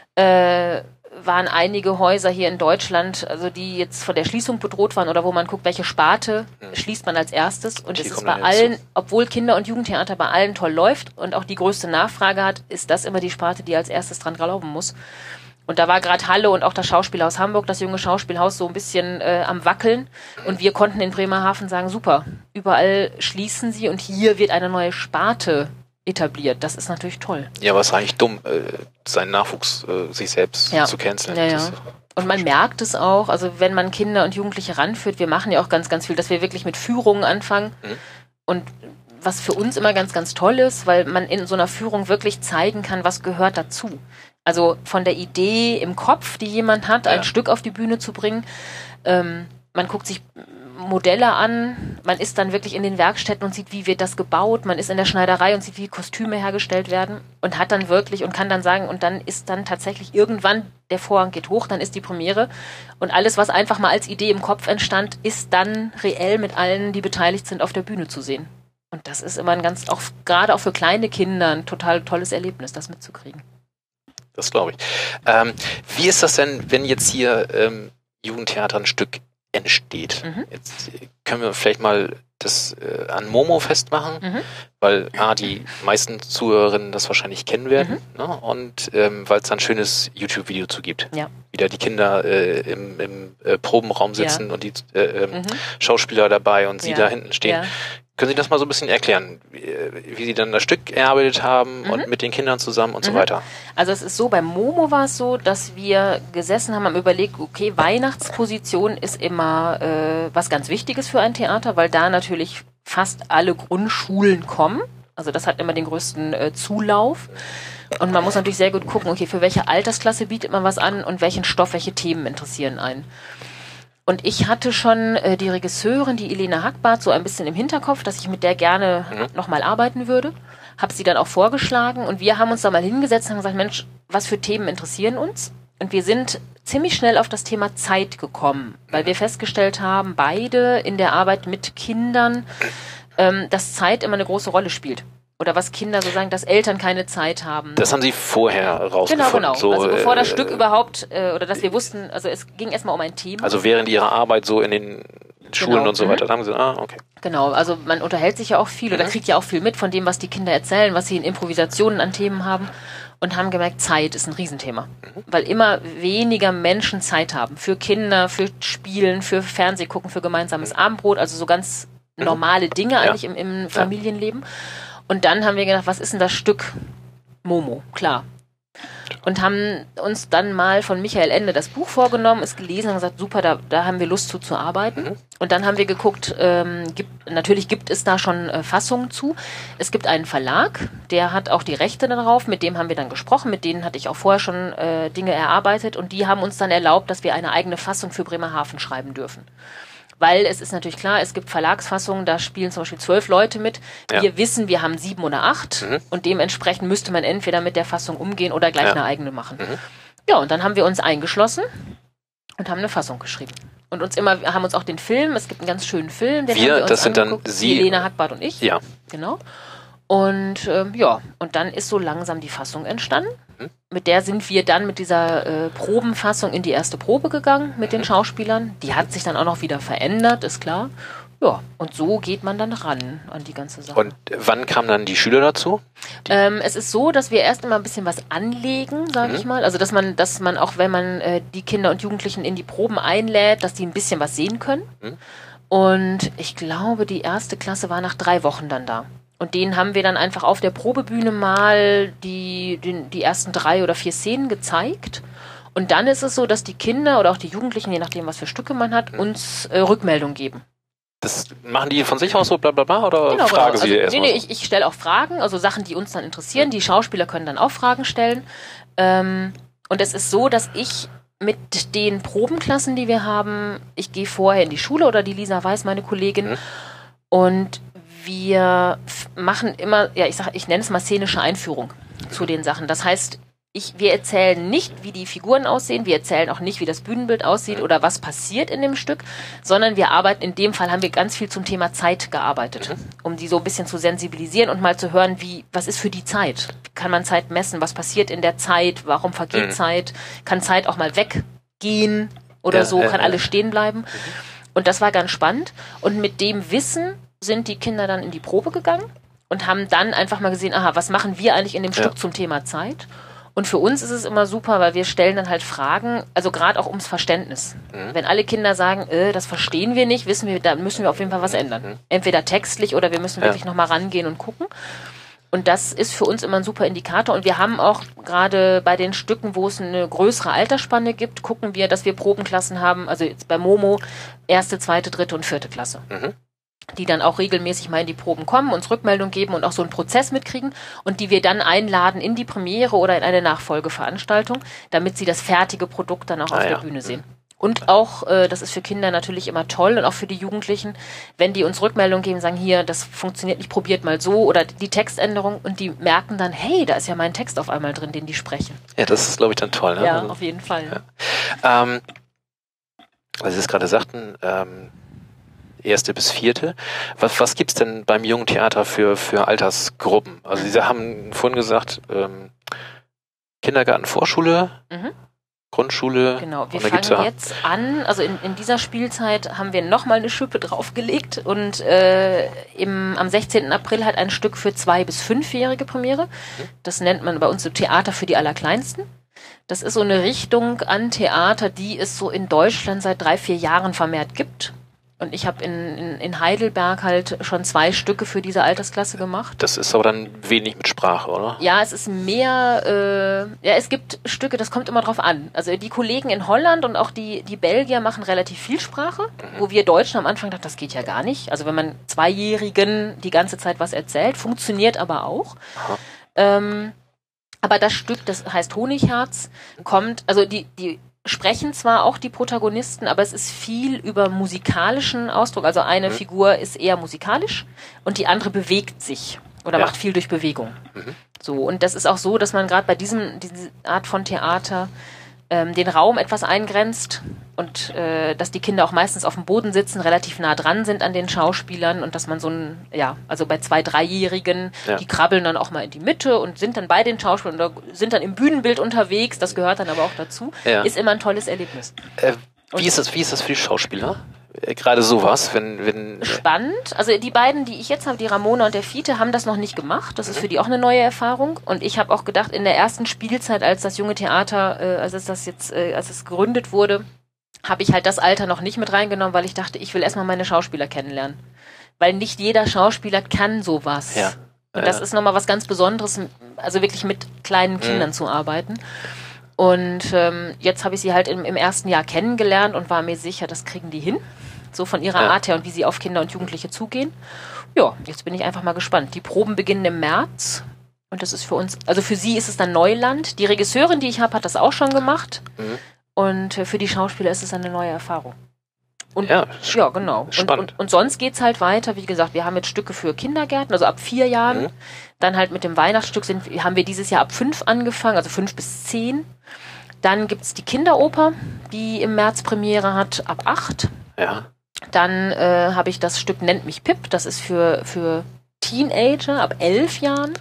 waren einige Häuser hier in Deutschland, also die jetzt von der Schließung bedroht waren oder wo man guckt, welche Sparte schließt man als erstes. Und es ist bei allen, obwohl Kinder- und Jugendtheater bei allen toll läuft und auch die größte Nachfrage hat, ist das immer die Sparte, die als erstes dran glauben muss. Und da war gerade Halle und auch das Schauspielhaus Hamburg, das junge Schauspielhaus, so ein bisschen am Wackeln. Und wir konnten in Bremerhaven sagen, super, überall schließen sie und hier wird eine neue Sparte etabliert. Das ist natürlich toll. Ja, aber es ist eigentlich dumm, seinen Nachwuchs sich selbst zu canceln. Ja, ja. Und man merkt es auch, also wenn man Kinder und Jugendliche ranführt, wir machen ja auch ganz, ganz viel, dass wir wirklich mit Führungen anfangen. Und was für uns immer ganz, ganz toll ist, weil man in so einer Führung wirklich zeigen kann, was gehört dazu. Also von der Idee im Kopf, die jemand hat, ein Stück auf die Bühne zu bringen. Man guckt sich Modelle an, man ist dann wirklich in den Werkstätten und sieht, wie wird das gebaut, man ist in der Schneiderei und sieht, wie Kostüme hergestellt werden und hat dann wirklich und kann dann sagen, und dann ist dann tatsächlich irgendwann, der Vorhang geht hoch, dann ist die Premiere und alles, was einfach mal als Idee im Kopf entstand, ist dann reell mit allen, die beteiligt sind, auf der Bühne zu sehen. Und das ist immer ein ganz, auch gerade auch für kleine Kinder, ein total tolles Erlebnis, das mitzukriegen. Das glaube ich. Wie ist das denn, wenn jetzt hier Jugendtheater ein Stück entsteht? Jetzt können wir vielleicht mal das an Momo festmachen, weil die meisten Zuhörerinnen das wahrscheinlich kennen werden, ne? Und weil es da ein schönes YouTube-Video zu gibt. Ja. Wieder die Kinder im Probenraum sitzen und die Schauspieler dabei und sie da hinten stehen. Ja. Können Sie das mal so ein bisschen erklären, wie Sie dann das Stück erarbeitet haben und mit den Kindern zusammen und so weiter? Also es ist so, beim Momo war es so, dass wir gesessen haben, haben überlegt, okay, Weihnachtsposition ist immer was ganz Wichtiges für ein Theater, weil da natürlich fast alle Grundschulen kommen. Also das hat immer den größten Zulauf. Und man muss natürlich sehr gut gucken, okay, für welche Altersklasse bietet man was an und welchen Stoff, welche Themen interessieren einen. Und ich hatte schon die Regisseurin, die Elena Hackbart, so ein bisschen im Hinterkopf, dass ich mit der gerne nochmal arbeiten würde. Habe sie dann auch vorgeschlagen und wir haben uns da mal hingesetzt und haben gesagt, Mensch, was für Themen interessieren uns? Und wir sind ziemlich schnell auf das Thema Zeit gekommen, weil wir festgestellt haben, beide in der Arbeit mit Kindern, dass Zeit immer eine große Rolle spielt. Oder was Kinder so sagen, dass Eltern keine Zeit haben. Das haben Sie vorher rausgefunden. Genau. So, also bevor das Stück überhaupt, oder dass wir wussten, also es ging erstmal um ein Thema. Also während Ihrer Arbeit so in den Schulen und so weiter, da haben Sie okay. Genau, also man unterhält sich ja auch viel oder kriegt ja auch viel mit von dem, was die Kinder erzählen, was sie in Improvisationen an Themen haben und haben gemerkt, Zeit ist ein Riesenthema. Weil immer weniger Menschen Zeit haben für Kinder, für Spielen, für Fernsehgucken, für gemeinsames Abendbrot, also so ganz normale Dinge eigentlich im Familienleben. Und dann haben wir gedacht, was ist denn das Stück Momo? Klar. Und haben uns dann mal von Michael Ende das Buch vorgenommen, es gelesen und gesagt, super, da haben wir Lust zu arbeiten. Und dann haben wir geguckt, natürlich gibt es da schon Fassungen zu. Es gibt einen Verlag, der hat auch die Rechte darauf, mit dem haben wir dann gesprochen, mit denen hatte ich auch vorher schon Dinge erarbeitet und die haben uns dann erlaubt, dass wir eine eigene Fassung für Bremerhaven schreiben dürfen. Weil es ist natürlich klar, es gibt Verlagsfassungen, da spielen zum Beispiel 12 Leute mit. Wir wissen, wir haben 7 oder 8 und dementsprechend müsste man entweder mit der Fassung umgehen oder gleich eine eigene machen. Ja, und dann haben wir uns eingeschlossen und haben eine Fassung geschrieben. Und haben uns auch den Film, es gibt einen ganz schönen Film, den haben wir uns das sind angeguckt. Dann Sie, Elena Hackbart und ich. Ja. Genau. Und und dann ist so langsam die Fassung entstanden. Mit der sind wir dann mit dieser Probenfassung in die erste Probe gegangen mit den Schauspielern. Die hat sich dann auch noch wieder verändert, ist klar. Ja, und so geht man dann ran an die ganze Sache. Und wann kamen dann die Schüler dazu? Es ist so, dass wir erst immer ein bisschen was anlegen, sage ich mal. Also dass man auch, wenn man die Kinder und Jugendlichen in die Proben einlädt, dass die ein bisschen was sehen können. Und ich glaube, die erste Klasse war nach 3 Wochen dann da. Und denen haben wir dann einfach auf der Probebühne mal die ersten 3 oder 4 Szenen gezeigt. Und dann ist es so, dass die Kinder oder auch die Jugendlichen, je nachdem, was für Stücke man hat, uns Rückmeldung geben. Das machen die von sich aus so blablabla oder Genau, fragen genau. sie erstmal? Nee, ich stelle auch Fragen, also Sachen, die uns dann interessieren. Die Schauspieler können dann auch Fragen stellen. Und es ist so, dass ich mit den Probenklassen, die wir haben, ich gehe vorher in die Schule oder die Lisa Weiß, meine Kollegin, und wir machen immer, ja, ich nenne es mal szenische Einführung zu den Sachen. Das heißt, wir erzählen nicht, wie die Figuren aussehen, wir erzählen auch nicht, wie das Bühnenbild aussieht oder was passiert in dem Stück, sondern wir arbeiten, in dem Fall haben wir ganz viel zum Thema Zeit gearbeitet, um die so ein bisschen zu sensibilisieren und mal zu hören, was ist für die Zeit? Kann man Zeit messen? Was passiert in der Zeit? Warum vergeht Zeit? Kann Zeit auch mal weggehen oder so? Kann alles stehen bleiben? Und das war ganz spannend. Und mit dem Wissen sind die Kinder dann in die Probe gegangen und haben dann einfach mal gesehen, aha, was machen wir eigentlich in dem Stück zum Thema Zeit? Und für uns ist es immer super, weil wir stellen dann halt Fragen, also gerade auch ums Verständnis. Wenn alle Kinder sagen, das verstehen wir nicht, wissen wir, da müssen wir auf jeden Fall was ändern. Entweder textlich oder wir müssen wirklich nochmal rangehen und gucken. Und das ist für uns immer ein super Indikator. Und wir haben auch gerade bei den Stücken, wo es eine größere Altersspanne gibt, gucken wir, dass wir Probenklassen haben, also jetzt bei Momo 1., 2., 3. und 4. Klasse. Die dann auch regelmäßig mal in die Proben kommen, uns Rückmeldung geben und auch so einen Prozess mitkriegen und die wir dann einladen in die Premiere oder in eine Nachfolgeveranstaltung, damit sie das fertige Produkt dann auch auf der Bühne sehen. Und auch, das ist für Kinder natürlich immer toll und auch für die Jugendlichen, wenn die uns Rückmeldung geben, sagen, hier, das funktioniert nicht, probiert mal so oder die Textänderung und die merken dann, hey, da ist ja mein Text auf einmal drin, den die sprechen. Ja, das ist, glaube ich, dann toll. Ne? Ja, auf jeden Fall. Ja. Weil Sie es gerade sagten, 1. bis 4. Was gibt's denn beim Jungen Theater für Altersgruppen? Also Sie haben vorhin gesagt, Kindergarten, Vorschule, Grundschule. Genau, wir fangen jetzt an, also in dieser Spielzeit haben wir nochmal eine Schippe draufgelegt und am 16. April hat ein Stück für 2- bis 5-jährige Premiere. Das nennt man bei uns so Theater für die Allerkleinsten. Das ist so eine Richtung an Theater, die es so in Deutschland seit 3-4 Jahren vermehrt gibt. Und ich habe in Heidelberg halt schon 2 Stücke für diese Altersklasse gemacht. Das ist aber dann wenig mit Sprache, oder? Ja, es ist mehr, es gibt Stücke, das kommt immer drauf an. Also die Kollegen in Holland und auch die Belgier machen relativ viel Sprache, wo wir Deutschen am Anfang dachten, das geht ja gar nicht. Also wenn man 2-Jährigen die ganze Zeit was erzählt, funktioniert aber auch. Aber das Stück, das heißt Honigherz, kommt, also die sprechen zwar auch die Protagonisten, aber es ist viel über musikalischen Ausdruck. Also eine Figur ist eher musikalisch und die andere bewegt sich oder macht viel durch Bewegung. So, und das ist auch so, dass man gerade bei diese Art von Theater den Raum etwas eingrenzt und dass die Kinder auch meistens auf dem Boden sitzen, relativ nah dran sind an den Schauspielern und dass man so also bei 2-, 3-Jährigen, die krabbeln dann auch mal in die Mitte und sind dann bei den Schauspielern oder sind dann im Bühnenbild unterwegs, das gehört dann aber auch dazu, ist immer ein tolles Erlebnis. Wie ist das für die Schauspieler? Gerade sowas, wenn Spannend. Also die beiden, die ich jetzt habe, die Ramona und der Fiete, haben das noch nicht gemacht. Das ist für die auch eine neue Erfahrung. Und ich habe auch gedacht, in der ersten Spielzeit, als das junge Theater, als es gegründet wurde, habe ich halt das Alter noch nicht mit reingenommen, weil ich dachte, ich will erstmal meine Schauspieler kennenlernen. Weil nicht jeder Schauspieler kann sowas. Ja. Und das ist nochmal was ganz Besonderes, also wirklich mit kleinen Kindern zu arbeiten. Und jetzt habe ich sie halt im ersten Jahr kennengelernt und war mir sicher, das kriegen die hin. So von ihrer Art her und wie sie auf Kinder und Jugendliche zugehen. Ja, jetzt bin ich einfach mal gespannt. Die Proben beginnen im März und das ist für uns, also für sie ist es dann Neuland. Die Regisseurin, die ich habe, hat das auch schon gemacht. Und für die Schauspieler ist es eine neue Erfahrung. Und, ja, genau. Spannend. Und sonst geht's halt weiter. Wie gesagt, wir haben jetzt Stücke für Kindergärten, also ab 4 Jahren. Dann halt mit dem Weihnachtsstück haben wir dieses Jahr ab 5 angefangen, also 5 bis 10. Dann gibt's die Kinderoper, die im März Premiere hat, ab 8. Ja. Dann habe ich das Stück Nennt mich Pip, das ist für Teenager ab 11 Jahren.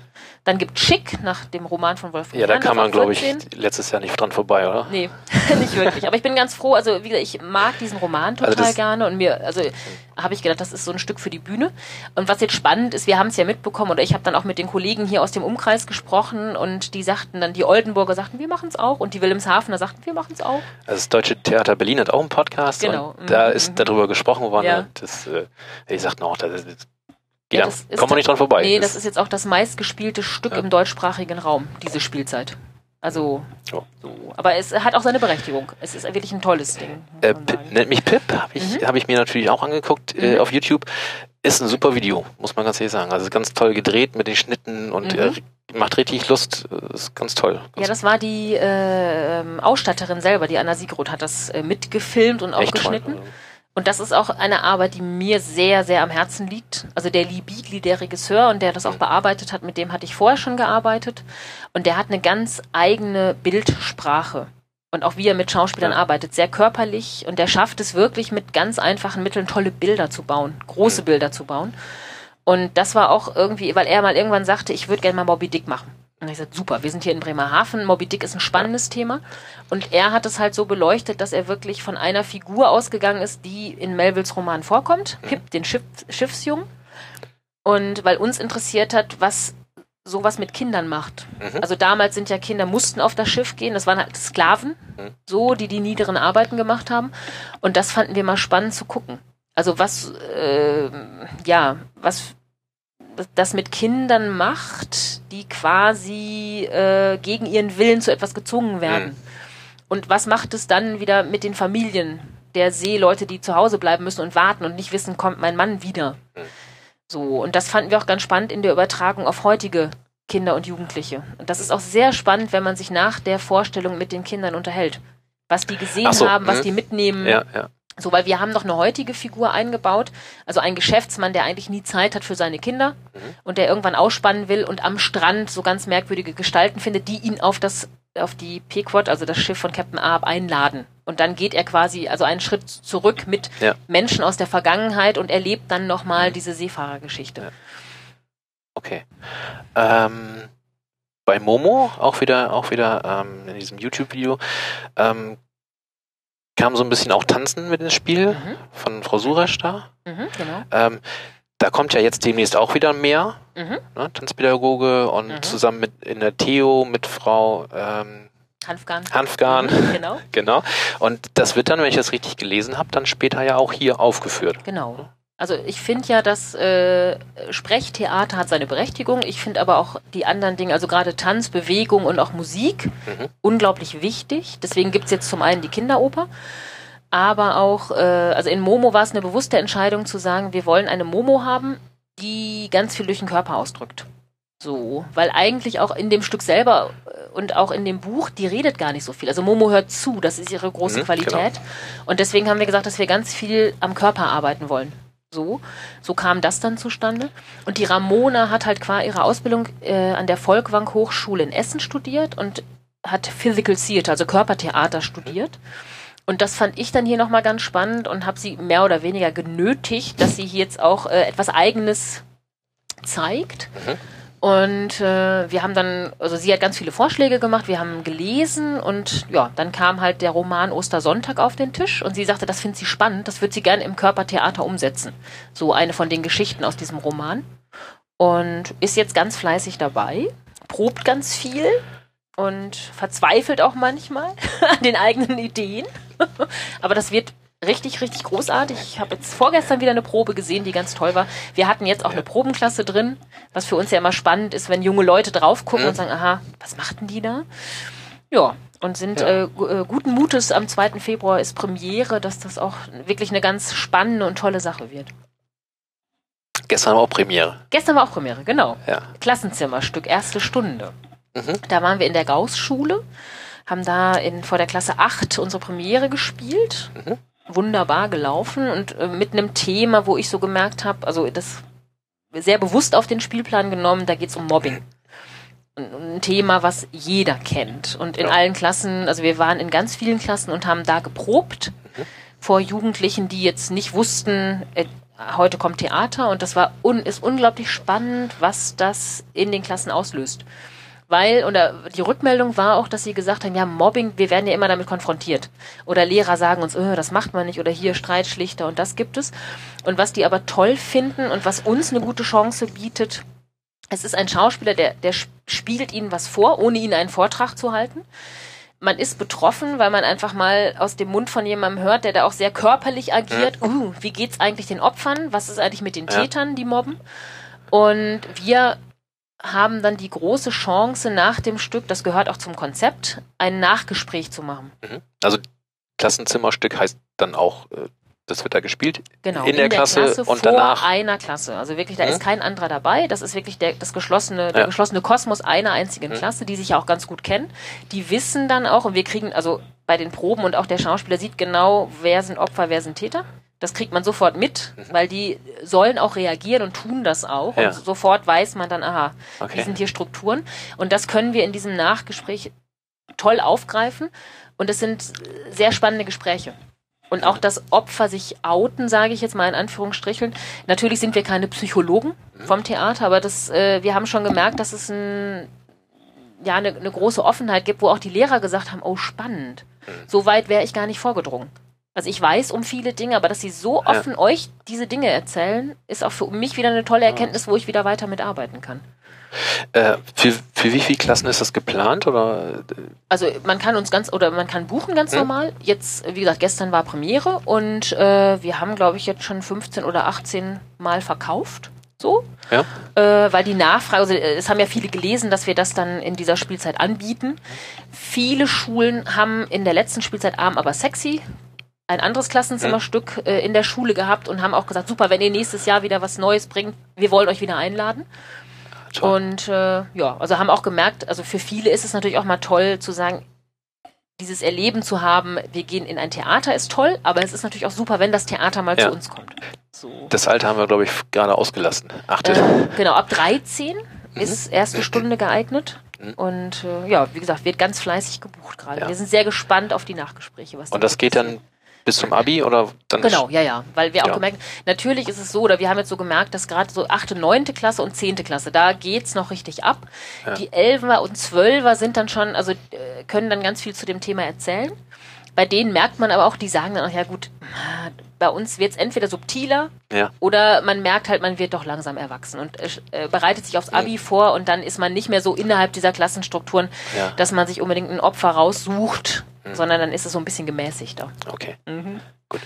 Dann gibt Schick nach dem Roman von Wolfgang Ja, da Herrndorf kam man, glaube ich, 14. letztes Jahr nicht dran vorbei, oder? Nee, nicht wirklich. Aber ich bin ganz froh, also wie gesagt, ich mag diesen Roman total gerne und habe ich gedacht, das ist so ein Stück für die Bühne. Und was jetzt spannend ist, wir haben es ja mitbekommen oder ich habe dann auch mit den Kollegen hier aus dem Umkreis gesprochen und die sagten dann, die Oldenburger sagten, wir machen es auch und die Wilhelmshavener sagten, wir machen es auch. Also das Deutsche Theater Berlin hat auch einen Podcast und da ist darüber gesprochen worden. Ja. Und ich sagte noch, kommt man nicht dran vorbei. Nee, das ist jetzt auch das meistgespielte Stück im deutschsprachigen Raum, diese Spielzeit. Also, so. Aber es hat auch seine Berechtigung. Es ist wirklich ein tolles Ding. Nennt mich Pip, habe ich mir natürlich auch angeguckt auf YouTube. Ist ein super Video, muss man ganz ehrlich sagen. Also ganz toll gedreht mit den Schnitten und macht richtig Lust. Ist ganz toll. Das war die Ausstatterin selber, die Anna Siegroth, hat das mitgefilmt und auch echt geschnitten. Toll. Und das ist auch eine Arbeit, die mir sehr, sehr am Herzen liegt. Also der Lee Biegli, der Regisseur und der das auch bearbeitet hat, mit dem hatte ich vorher schon gearbeitet. Und der hat eine ganz eigene Bildsprache. Und auch wie er mit Schauspielern arbeitet, sehr körperlich. Und der schafft es wirklich mit ganz einfachen Mitteln, tolle Bilder zu bauen, große Bilder zu bauen. Und das war auch irgendwie, weil er mal irgendwann sagte, ich würde gerne mal Moby Dick machen. Und ich sagte, super, wir sind hier in Bremerhaven, Moby Dick ist ein spannendes Thema. Und er hat es halt so beleuchtet, dass er wirklich von einer Figur ausgegangen ist, die in Melvilles Roman vorkommt, Pip, den Schiffsjungen. Und weil uns interessiert hat, was sowas mit Kindern macht. Also damals sind ja Kinder, mussten auf das Schiff gehen, das waren halt Sklaven, so, die niederen Arbeiten gemacht haben. Und das fanden wir mal spannend zu gucken. Also was das mit Kindern macht, die quasi gegen ihren Willen zu etwas gezwungen werden. Und was macht es dann wieder mit den Familien der Seeleute, die zu Hause bleiben müssen und warten und nicht wissen, kommt mein Mann wieder? So, und das fanden wir auch ganz spannend in der Übertragung auf heutige Kinder und Jugendliche. Und das ist auch sehr spannend, wenn man sich nach der Vorstellung mit den Kindern unterhält. Was die gesehen haben, was die mitnehmen. Ja. So, weil wir haben noch eine heutige Figur eingebaut, also ein Geschäftsmann, der eigentlich nie Zeit hat für seine Kinder und der irgendwann ausspannen will und am Strand so ganz merkwürdige Gestalten findet, die ihn auf die Pequod, also das Schiff von Captain Ahab, einladen. Und dann geht er quasi also einen Schritt zurück mit Menschen aus der Vergangenheit und erlebt dann nochmal diese Seefahrergeschichte. Ja. Okay. Bei Momo, auch wieder in diesem YouTube-Video, kam so ein bisschen auch Tanzen mit ins Spiel von Frau Suresch da. Genau. Da kommt ja jetzt demnächst auch wieder mehr, ne, Tanzpädagoge und zusammen in der Theo mit Frau Hanfgarn. Genau. Und das wird dann, wenn ich das richtig gelesen habe, dann später ja auch hier aufgeführt. Genau. Also ich finde ja, das Sprechtheater hat seine Berechtigung. Ich finde aber auch die anderen Dinge, also gerade Tanz, Bewegung und auch Musik, unglaublich wichtig. Deswegen gibt es jetzt zum einen die Kinderoper, aber auch, also in Momo war es eine bewusste Entscheidung zu sagen, wir wollen eine Momo haben, die ganz viel durch den Körper ausdrückt. So, weil eigentlich auch in dem Stück selber und auch in dem Buch, die redet gar nicht so viel. Also Momo hört zu, das ist ihre große Qualität. Genau. Und deswegen haben wir gesagt, dass wir ganz viel am Körper arbeiten wollen. So kam das dann zustande. Und die Ramona hat halt qua ihrer Ausbildung an der Folkwang Hochschule in Essen studiert und hat Physical Theater, also Körpertheater studiert. Und das fand ich dann hier nochmal ganz spannend und habe sie mehr oder weniger genötigt, dass sie hier jetzt auch etwas Eigenes zeigt. Und wir haben dann, also sie hat ganz viele Vorschläge gemacht, wir haben gelesen und ja, dann kam halt der Roman Ostersonntag auf den Tisch und sie sagte, das findet sie spannend, das wird sie gerne im Körpertheater umsetzen. So eine von den Geschichten aus diesem Roman. Und ist jetzt ganz fleißig dabei, probt ganz viel und verzweifelt auch manchmal an den eigenen Ideen. Aber das wird richtig, richtig großartig. Ich habe jetzt vorgestern wieder eine Probe gesehen, die ganz toll war. Wir hatten jetzt auch eine Probenklasse drin, was für uns ja immer spannend ist, wenn junge Leute drauf gucken und sagen, aha, was machten die da? Ja, und sind guten Mutes. Am 2. Februar ist Premiere, dass das auch wirklich eine ganz spannende und tolle Sache wird. Gestern war auch Premiere. Gestern war auch Premiere, genau. Ja. Klassenzimmerstück, 1. Stunde. Da waren wir in der Gauß-Schule, haben da vor der Klasse 8 unsere Premiere gespielt. Wunderbar gelaufen und mit einem Thema, wo ich so gemerkt habe, also das sehr bewusst auf den Spielplan genommen, da geht es um Mobbing. Ein Thema, was jeder kennt. Und in allen Klassen, also wir waren in ganz vielen Klassen und haben da geprobt vor Jugendlichen, die jetzt nicht wussten, heute kommt Theater und das ist unglaublich spannend, was das in den Klassen auslöst. Oder die Rückmeldung war auch, dass sie gesagt haben, ja, Mobbing, wir werden ja immer damit konfrontiert. Oder Lehrer sagen uns, das macht man nicht, oder hier Streitschlichter und das gibt es. Und was die aber toll finden und was uns eine gute Chance bietet, es ist ein Schauspieler, der spielt ihnen was vor, ohne ihnen einen Vortrag zu halten. Man ist betroffen, weil man einfach mal aus dem Mund von jemandem hört, der da auch sehr körperlich agiert. Wie geht's eigentlich den Opfern? Was ist eigentlich mit den Tätern, die mobben? Und wir haben dann die große Chance nach dem Stück, das gehört auch zum Konzept, ein Nachgespräch zu machen. Also Klassenzimmerstück heißt dann auch, das wird da gespielt genau, in der Klasse und vor danach einer Klasse. Also wirklich, da ist kein anderer dabei. Das ist wirklich der geschlossene Kosmos einer einzigen Klasse, die sich ja auch ganz gut kennen. Die wissen dann auch, und wir kriegen, also bei den Proben und auch der Schauspieler sieht genau, wer sind Opfer, wer sind Täter. Das kriegt man sofort mit, weil die sollen auch reagieren und tun das auch. Und sofort weiß man dann, wie sind hier Strukturen. Und das können wir in diesem Nachgespräch toll aufgreifen. Und es sind sehr spannende Gespräche. Und auch das Opfer sich outen, sage ich jetzt mal in Anführungsstrichen. Natürlich sind wir keine Psychologen vom Theater, aber wir haben schon gemerkt, dass es eine große Offenheit gibt, wo auch die Lehrer gesagt haben, oh, spannend. So weit wäre ich gar nicht vorgedrungen. Also ich weiß um viele Dinge, aber dass sie so offen euch diese Dinge erzählen, ist auch für mich wieder eine tolle Erkenntnis, wo ich wieder weiter mitarbeiten kann. Für wie viele Klassen ist das geplant? Oder? Also man kann buchen ganz normal. Jetzt, wie gesagt, gestern war Premiere und wir haben, glaube ich, jetzt schon 15 oder 18 Mal verkauft. So. Ja. Weil die Nachfrage, also es haben ja viele gelesen, dass wir das dann in dieser Spielzeit anbieten. Viele Schulen haben in der letzten Spielzeit Arm aber sexy ein anderes Klassenzimmerstück in der Schule gehabt und haben auch gesagt, super, wenn ihr nächstes Jahr wieder was Neues bringt, wir wollen euch wieder einladen. Toll. Und also haben auch gemerkt, also für viele ist es natürlich auch mal toll zu sagen, dieses Erleben zu haben, wir gehen in ein Theater ist toll, aber es ist natürlich auch super, wenn das Theater mal zu uns kommt. So. Das Alter haben wir, glaube ich, gerade ausgelassen. Genau, ab 13 ist erste Stunde geeignet. Und wie gesagt, wird ganz fleißig gebucht gerade. Ja. Wir sind sehr gespannt auf die Nachgespräche. Und das geht dann bis zum Abi oder dann? Genau, weil wir auch gemerkt, natürlich ist es so, oder wir haben jetzt so gemerkt, dass gerade so 8., 9. Klasse und 10. Klasse, da geht's noch richtig ab. Ja. Die 11er und 12er sind dann schon, also können dann ganz viel zu dem Thema erzählen. Bei denen merkt man aber auch, die sagen dann auch, ja gut, bei uns wird's entweder subtiler oder man merkt halt, man wird doch langsam erwachsen und bereitet sich aufs Abi vor und dann ist man nicht mehr so innerhalb dieser Klassenstrukturen, dass man sich unbedingt ein Opfer raussucht, sondern dann ist es so ein bisschen gemäßigter. Okay, gut.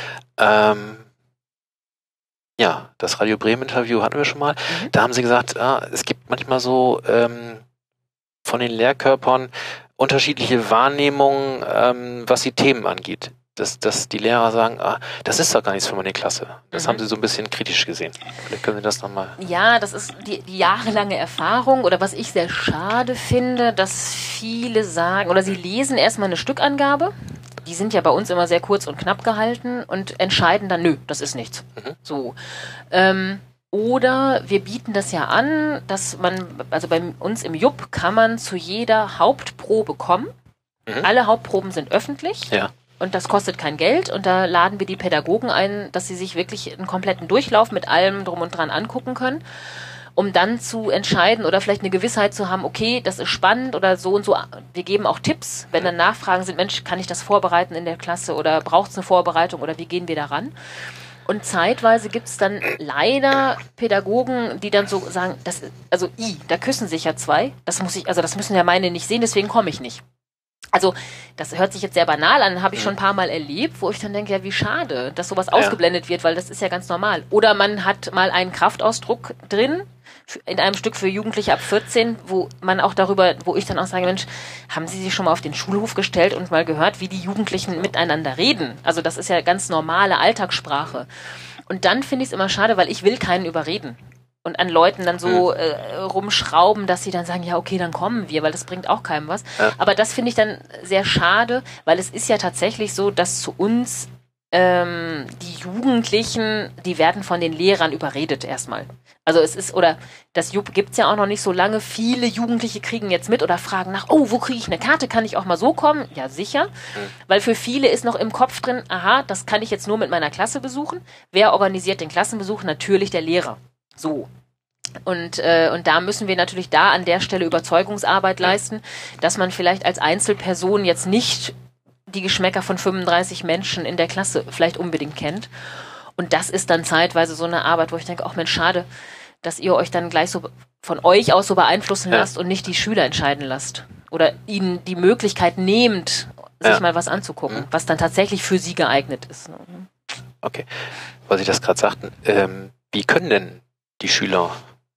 Das Radio Bremen-Interview hatten wir schon mal. Da haben Sie gesagt, es gibt manchmal so von den Lehrkörpern unterschiedliche Wahrnehmungen, was die Themen angeht. Dass die Lehrer sagen, das ist doch gar nichts für meine Klasse. Das haben sie so ein bisschen kritisch gesehen. Vielleicht können Sie das nochmal... Ja, das ist die jahrelange Erfahrung oder was ich sehr schade finde, dass viele sagen, oder sie lesen erstmal eine Stückangabe, die sind ja bei uns immer sehr kurz und knapp gehalten und entscheiden dann, nö, das ist nichts. So. Oder wir bieten das ja an, dass also bei uns im JUP kann man zu jeder Hauptprobe kommen. Alle Hauptproben sind öffentlich. Ja. Und das kostet kein Geld und da laden wir die Pädagogen ein, dass sie sich wirklich einen kompletten Durchlauf mit allem drum und dran angucken können, um dann zu entscheiden oder vielleicht eine Gewissheit zu haben, okay, das ist spannend oder so und so. Wir geben auch Tipps, wenn dann Nachfragen sind, Mensch, kann ich das vorbereiten in der Klasse oder braucht es eine Vorbereitung oder wie gehen wir daran? Und zeitweise gibt es dann leider Pädagogen, die dann so sagen, da küssen sich ja zwei, das müssen ja meine nicht sehen, deswegen komme ich nicht. Also, das hört sich jetzt sehr banal an, habe ich schon ein paar Mal erlebt, wo ich dann denke, ja, wie schade, dass sowas ausgeblendet wird, weil das ist ja ganz normal. Oder man hat mal einen Kraftausdruck drin, in einem Stück für Jugendliche ab 14, wo ich dann auch sage, Mensch, haben Sie sich schon mal auf den Schulhof gestellt und mal gehört, wie die Jugendlichen miteinander reden? Also, das ist ja ganz normale Alltagssprache. Und dann finde ich es immer schade, weil ich will keinen überreden. Und an Leuten dann so rumschrauben, dass sie dann sagen, ja, okay, dann kommen wir, weil das bringt auch keinem was. Ja. Aber das finde ich dann sehr schade, weil es ist ja tatsächlich so, dass zu uns die Jugendlichen, die werden von den Lehrern überredet erstmal. Also es ist, oder das gibt's ja auch noch nicht so lange, viele Jugendliche kriegen jetzt mit oder fragen nach, oh, wo kriege ich eine Karte, kann ich auch mal so kommen? Ja, sicher, weil für viele ist noch im Kopf drin, aha, das kann ich jetzt nur mit meiner Klasse besuchen. Wer organisiert den Klassenbesuch? Natürlich der Lehrer. So. Und da müssen wir natürlich an der Stelle Überzeugungsarbeit leisten, dass man vielleicht als Einzelperson jetzt nicht die Geschmäcker von 35 Menschen in der Klasse vielleicht unbedingt kennt. Und das ist dann zeitweise so eine Arbeit, wo ich denke, ach Mensch, schade, dass ihr euch dann gleich so von euch aus so beeinflussen lasst und nicht die Schüler entscheiden lasst. Oder ihnen die Möglichkeit nehmt, sich mal was anzugucken, was dann tatsächlich für sie geeignet ist. Okay, weil Sie das gerade sagten, wie können denn die Schüler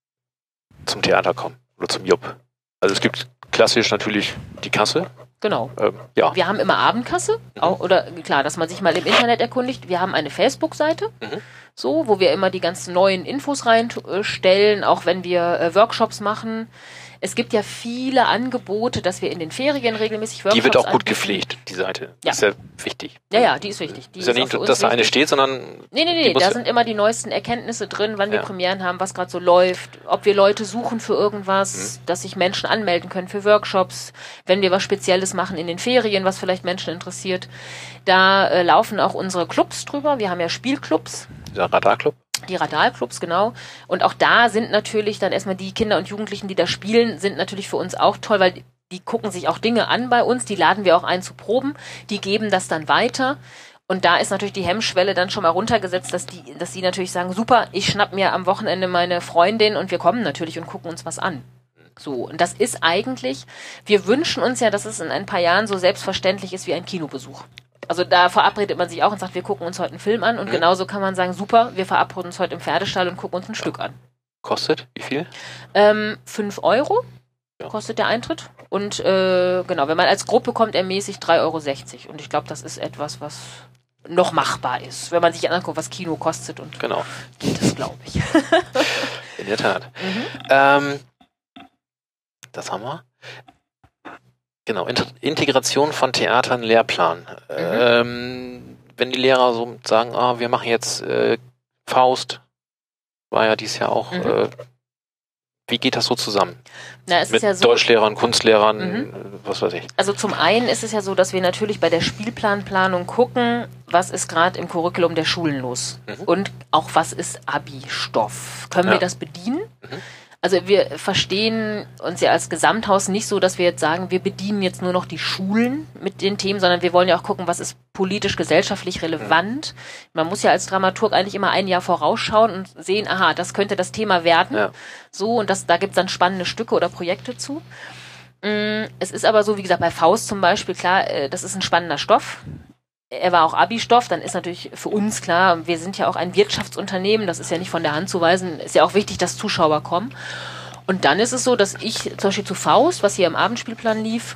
zum Theater kommen oder zum Jupp? Also es gibt klassisch natürlich die Kasse. Genau. Ja. Wir haben immer Abendkasse, oder klar, dass man sich mal im Internet erkundigt. Wir haben eine Facebook-Seite, so, wo wir immer die ganzen neuen Infos reinstellen, auch wenn wir Workshops machen. Es gibt ja viele Angebote, dass wir in den Ferien regelmäßig Workshops Die wird auch gut anbieten. gepflegt, die Seite. Ja. Ist ja wichtig. Ja, die ist wichtig. Die ist ja nicht, dass da eine steht, sondern... Nee, da sind immer die neuesten Erkenntnisse drin, wann wir Premieren haben, was gerade so läuft, ob wir Leute suchen für irgendwas, dass sich Menschen anmelden können für Workshops, wenn wir was Spezielles machen in den Ferien, was vielleicht Menschen interessiert. Da laufen auch unsere Clubs drüber. Wir haben ja Spielclubs. Der Radarclub. Die Radarclubs, genau. Und auch da sind natürlich dann erstmal die Kinder und Jugendlichen, die da spielen, sind natürlich für uns auch toll, weil die gucken sich auch Dinge an bei uns, die laden wir auch ein zu Proben, die geben das dann weiter. Und da ist natürlich die Hemmschwelle dann schon mal runtergesetzt, dass sie natürlich sagen, super, ich schnapp mir am Wochenende meine Freundin und wir kommen natürlich und gucken uns was an. So, und das ist eigentlich, wir wünschen uns ja, dass es in ein paar Jahren so selbstverständlich ist wie ein Kinobesuch. Also da verabredet man sich auch und sagt, wir gucken uns heute einen Film an und genauso kann man sagen, super, wir verabreden uns heute im Pferdestall und gucken uns ein Stück an. Kostet? Wie viel? 5 Euro kostet der Eintritt und genau, wenn man als Gruppe kommt, ermäßig 3,60 Euro und ich glaube, das ist etwas, was noch machbar ist, wenn man sich anguckt, was Kino kostet und genau. Geht das, glaube ich. In der Tat. Das haben wir. Genau, Integration von Theatern, Lehrplan. Wenn die Lehrer so sagen, wir machen jetzt Faust, war ja dieses Jahr auch, wie geht das so zusammen? Na, es mit ist ja so, Deutschlehrern, Kunstlehrern, was weiß ich. Also zum einen ist es ja so, dass wir natürlich bei der Spielplanplanung gucken, was ist gerade im Curriculum der Schulen los und auch was ist Abi-Stoff. Können wir das bedienen? Also wir verstehen uns ja als Gesamthaus nicht so, dass wir jetzt sagen, wir bedienen jetzt nur noch die Schulen mit den Themen, sondern wir wollen ja auch gucken, was ist politisch, gesellschaftlich relevant. Man muss ja als Dramaturg eigentlich immer ein Jahr vorausschauen und sehen, aha, das könnte das Thema werden. Ja. So, und da gibt's dann spannende Stücke oder Projekte zu. Es ist aber so, wie gesagt, bei Faust zum Beispiel, klar, das ist ein spannender Stoff. Er war auch Abi-Stoff, dann ist natürlich für uns klar, wir sind ja auch ein Wirtschaftsunternehmen, das ist ja nicht von der Hand zu weisen, ist ja auch wichtig, dass Zuschauer kommen. Und dann ist es so, dass ich zum Beispiel zu Faust, was hier im Abendspielplan lief,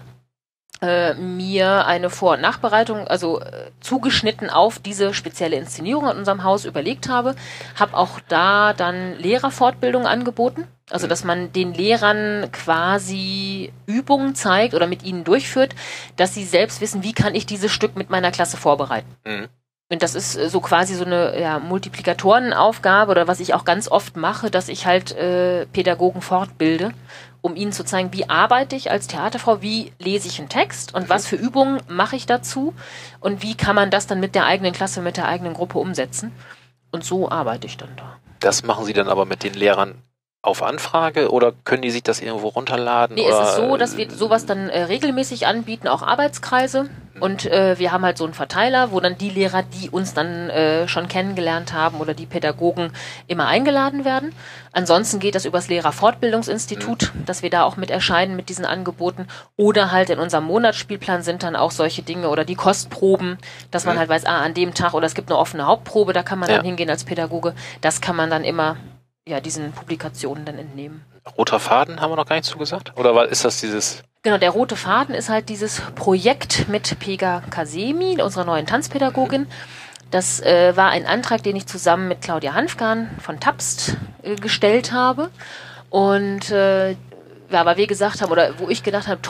mir eine Vor- und Nachbereitung, also zugeschnitten auf diese spezielle Inszenierung in unserem Haus überlegt habe, habe auch da dann Lehrerfortbildungen angeboten, also dass man den Lehrern quasi Übungen zeigt oder mit ihnen durchführt, dass sie selbst wissen, wie kann ich dieses Stück mit meiner Klasse vorbereiten. Und das ist so quasi so eine Multiplikatorenaufgabe oder was ich auch ganz oft mache, dass ich halt Pädagogen fortbilde, um ihnen zu zeigen, wie arbeite ich als Theaterfrau, wie lese ich einen Text und was für Übungen mache ich dazu und wie kann man das dann mit der eigenen Klasse, mit der eigenen Gruppe umsetzen. Und so arbeite ich dann da. Das machen Sie dann aber mit den Lehrern auf Anfrage oder können die sich das irgendwo runterladen? Nee, oder? Es ist so, dass wir sowas dann regelmäßig anbieten, auch Arbeitskreise. Und wir haben halt so einen Verteiler, wo dann die Lehrer, die uns dann schon kennengelernt haben oder die Pädagogen immer eingeladen werden. Ansonsten geht das übers Lehrerfortbildungsinstitut, dass wir da auch mit erscheinen mit diesen Angeboten. Oder halt in unserem Monatsspielplan sind dann auch solche Dinge oder die Kostproben, dass man halt weiß, an dem Tag oder es gibt eine offene Hauptprobe, da kann man dann hingehen als Pädagoge. Das kann man dann immer diesen Publikationen dann entnehmen. Roter Faden haben wir noch gar nicht zugesagt? Oder ist das dieses... Genau, der rote Faden ist halt dieses Projekt mit Pega Kasemi, unserer neuen Tanzpädagogin. Das war ein Antrag, den ich zusammen mit Claudia Hanfgarn von Tapst gestellt habe. Und weil wir gesagt haben, oder wo ich gedacht habe, toll,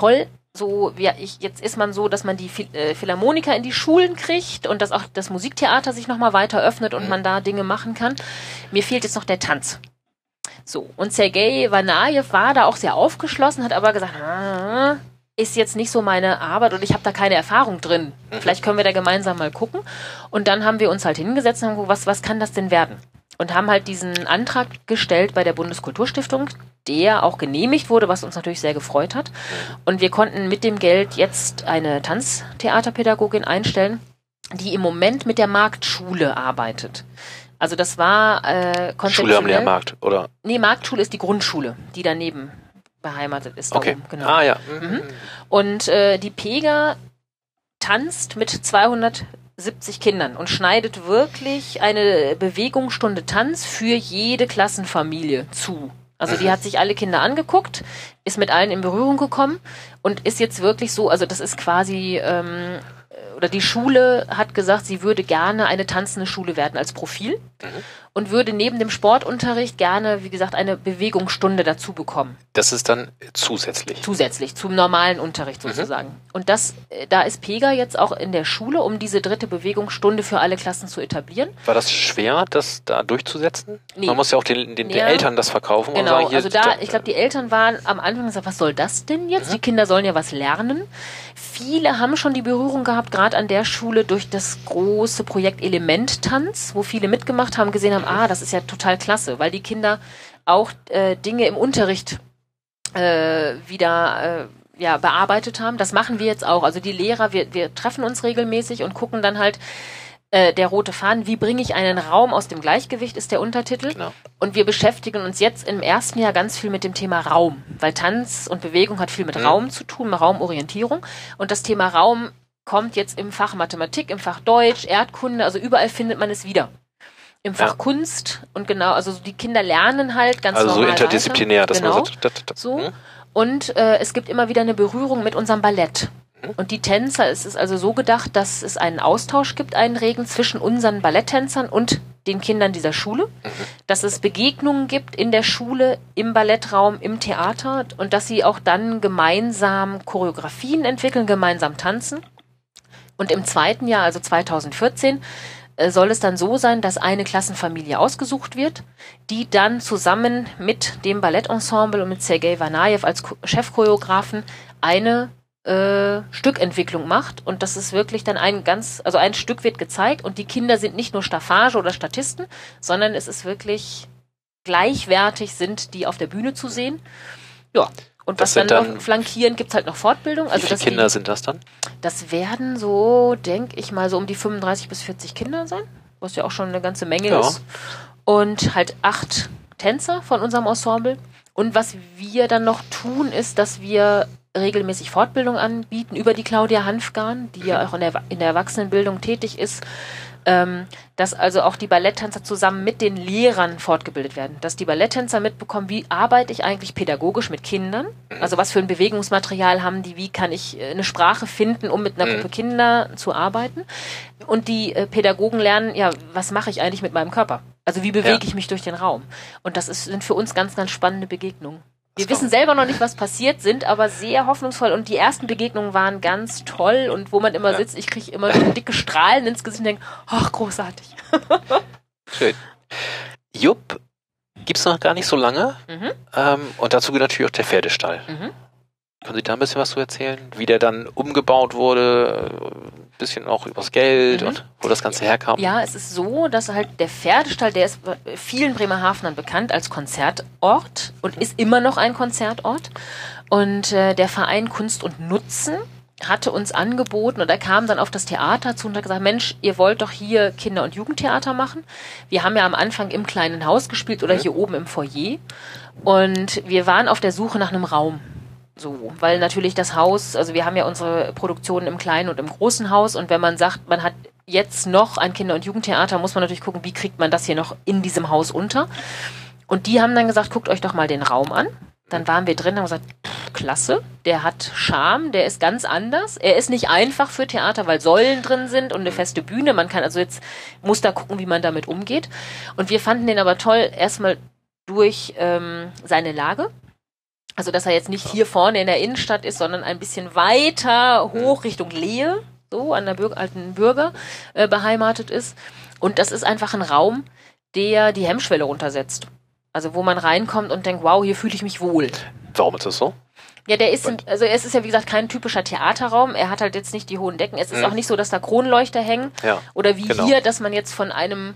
so, jetzt ist man so, dass man die Philharmoniker in die Schulen kriegt und dass auch das Musiktheater sich nochmal weiter öffnet und man da Dinge machen kann. Mir fehlt jetzt noch der Tanz. So, und Sergei Vanajew war da auch sehr aufgeschlossen, hat aber gesagt, ist jetzt nicht so meine Arbeit und ich habe da keine Erfahrung drin. Vielleicht können wir da gemeinsam mal gucken. Und dann haben wir uns halt hingesetzt und haben geguckt, was kann das denn werden? Und haben halt diesen Antrag gestellt bei der Bundeskulturstiftung, der auch genehmigt wurde, was uns natürlich sehr gefreut hat. Und wir konnten mit dem Geld jetzt eine Tanztheaterpädagogin einstellen, die im Moment mit der Marktschule arbeitet. Also das war konzeptionell. Schule am Lehrmarkt, oder? Nee, Marktschule ist die Grundschule, die daneben beheimatet ist. Okay. Darum, genau. Ah ja. Und die Pega tanzt mit 270 Kindern und schneidet wirklich eine Bewegungsstunde Tanz für jede Klassenfamilie zu. Also die hat sich alle Kinder angeguckt, ist mit allen in Berührung gekommen und ist jetzt wirklich so, also das ist quasi, oder die Schule hat gesagt, sie würde gerne eine tanzende Schule werden als Profil und würde neben dem Sportunterricht gerne, wie gesagt, eine Bewegungsstunde dazu bekommen. Das ist dann zusätzlich? Zusätzlich, zum normalen Unterricht sozusagen. Und da ist Pega jetzt auch in der Schule, um diese dritte Bewegungsstunde für alle Klassen zu etablieren. War das schwer, das da durchzusetzen? Nee. Man muss ja auch den Eltern das verkaufen. Genau, und sagen, also ich glaube, die Eltern waren am Anfang gesagt, was soll das denn jetzt? Die Kinder sollen ja was lernen. Viele haben schon die Berührung gehabt, gerade an der Schule durch das große Projekt Elementtanz, wo viele mitgemacht haben, gesehen haben, das ist ja total klasse, weil die Kinder auch Dinge im Unterricht wieder bearbeitet haben. Das machen wir jetzt auch. Also die Lehrer, wir treffen uns regelmäßig und gucken dann halt der rote Faden, wie bringe ich einen Raum aus dem Gleichgewicht, ist der Untertitel. Genau. Und wir beschäftigen uns jetzt im ersten Jahr ganz viel mit dem Thema Raum, weil Tanz und Bewegung hat viel mit Raum zu tun, mit Raumorientierung. Und das Thema Raum kommt jetzt im Fach Mathematik, im Fach Deutsch, Erdkunde, also überall findet man es wieder. Im Fach Kunst und genau, also die Kinder lernen halt ganz normal. Also so interdisziplinär, weiter. dass Genau. man sagt, so. Und es gibt immer wieder eine Berührung mit unserem Ballett. Und die Tänzer, es ist also so gedacht, dass es einen Austausch gibt, einen regen zwischen unseren Balletttänzern und den Kindern dieser Schule, dass es Begegnungen gibt in der Schule, im Ballettraum, im Theater und dass sie auch dann gemeinsam Choreografien entwickeln, gemeinsam tanzen. Und im zweiten Jahr, also 2014, soll es dann so sein, dass eine Klassenfamilie ausgesucht wird, die dann zusammen mit dem Ballettensemble und mit Sergei Vanajew als Chefchoreografen eine Stückentwicklung macht und das ist wirklich dann ein Stück wird gezeigt und die Kinder sind nicht nur Staffage oder Statisten, sondern es ist wirklich gleichwertig sind die auf der Bühne zu sehen. Ja. Und was dann noch flankieren, gibt's halt noch Fortbildung. Wie viele Kinder sind das dann? Das werden so, denke ich mal, so um die 35 bis 40 Kinder sein, was ja auch schon eine ganze Menge ist. Und halt 8 Tänzer von unserem Ensemble. Und was wir dann noch tun, ist, dass wir regelmäßig Fortbildung anbieten über die Claudia Hanfgarn, die ja auch in der Erwachsenenbildung tätig ist, dass also auch die Balletttänzer zusammen mit den Lehrern fortgebildet werden. Dass die Balletttänzer mitbekommen, wie arbeite ich eigentlich pädagogisch mit Kindern? Also was für ein Bewegungsmaterial haben die? Wie kann ich eine Sprache finden, um mit einer Gruppe Kinder zu arbeiten? Und die Pädagogen lernen, was mache ich eigentlich mit meinem Körper? Also wie bewege ich mich durch den Raum? Und das sind für uns ganz, ganz spannende Begegnungen. Wir wissen selber noch nicht, was passiert, sind aber sehr hoffnungsvoll und die ersten Begegnungen waren ganz toll und wo man immer sitzt, ich kriege immer so dicke Strahlen ins Gesicht und denke, ach, großartig. Schön. Jupp gibt's noch gar nicht so lange und dazu gehört natürlich auch der Pferdestall. Können Sie da ein bisschen was zu erzählen? Wie der dann umgebaut wurde, ein bisschen auch übers Geld und wo das Ganze herkam? Ja, es ist so, dass halt der Pferdestall, der ist vielen Bremerhavenern bekannt als Konzertort und ist immer noch ein Konzertort. Und der Verein Kunst und Nutzen hatte uns angeboten oder kam dann auf das Theater zu und hat gesagt, Mensch, ihr wollt doch hier Kinder- und Jugendtheater machen. Wir haben ja am Anfang im kleinen Haus gespielt oder hier oben im Foyer und wir waren auf der Suche nach einem Raum. So, weil natürlich das Haus, also wir haben ja unsere Produktionen im kleinen und im großen Haus und wenn man sagt, man hat jetzt noch ein Kinder- und Jugendtheater, muss man natürlich gucken, wie kriegt man das hier noch in diesem Haus unter. Und die haben dann gesagt, guckt euch doch mal den Raum an. Dann waren wir drin und haben gesagt, klasse, der hat Charme, der ist ganz anders. Er ist nicht einfach für Theater, weil Säulen drin sind und eine feste Bühne. Man kann also jetzt, muss da gucken, wie man damit umgeht. Und wir fanden den aber toll, erstmal durch seine Lage. Also, dass er jetzt nicht hier vorne in der Innenstadt ist, sondern ein bisschen weiter hoch Richtung Lehe, so an der alten Bürger beheimatet ist. Und das ist einfach ein Raum, der die Hemmschwelle runtersetzt. Also, wo man reinkommt und denkt, wow, hier fühle ich mich wohl. Warum ist das so? Ja, es ist ja wie gesagt kein typischer Theaterraum. Er hat halt jetzt nicht die hohen Decken. Es ist auch nicht so, dass da Kronleuchter hängen. Ja, oder wie hier, dass man jetzt von einem,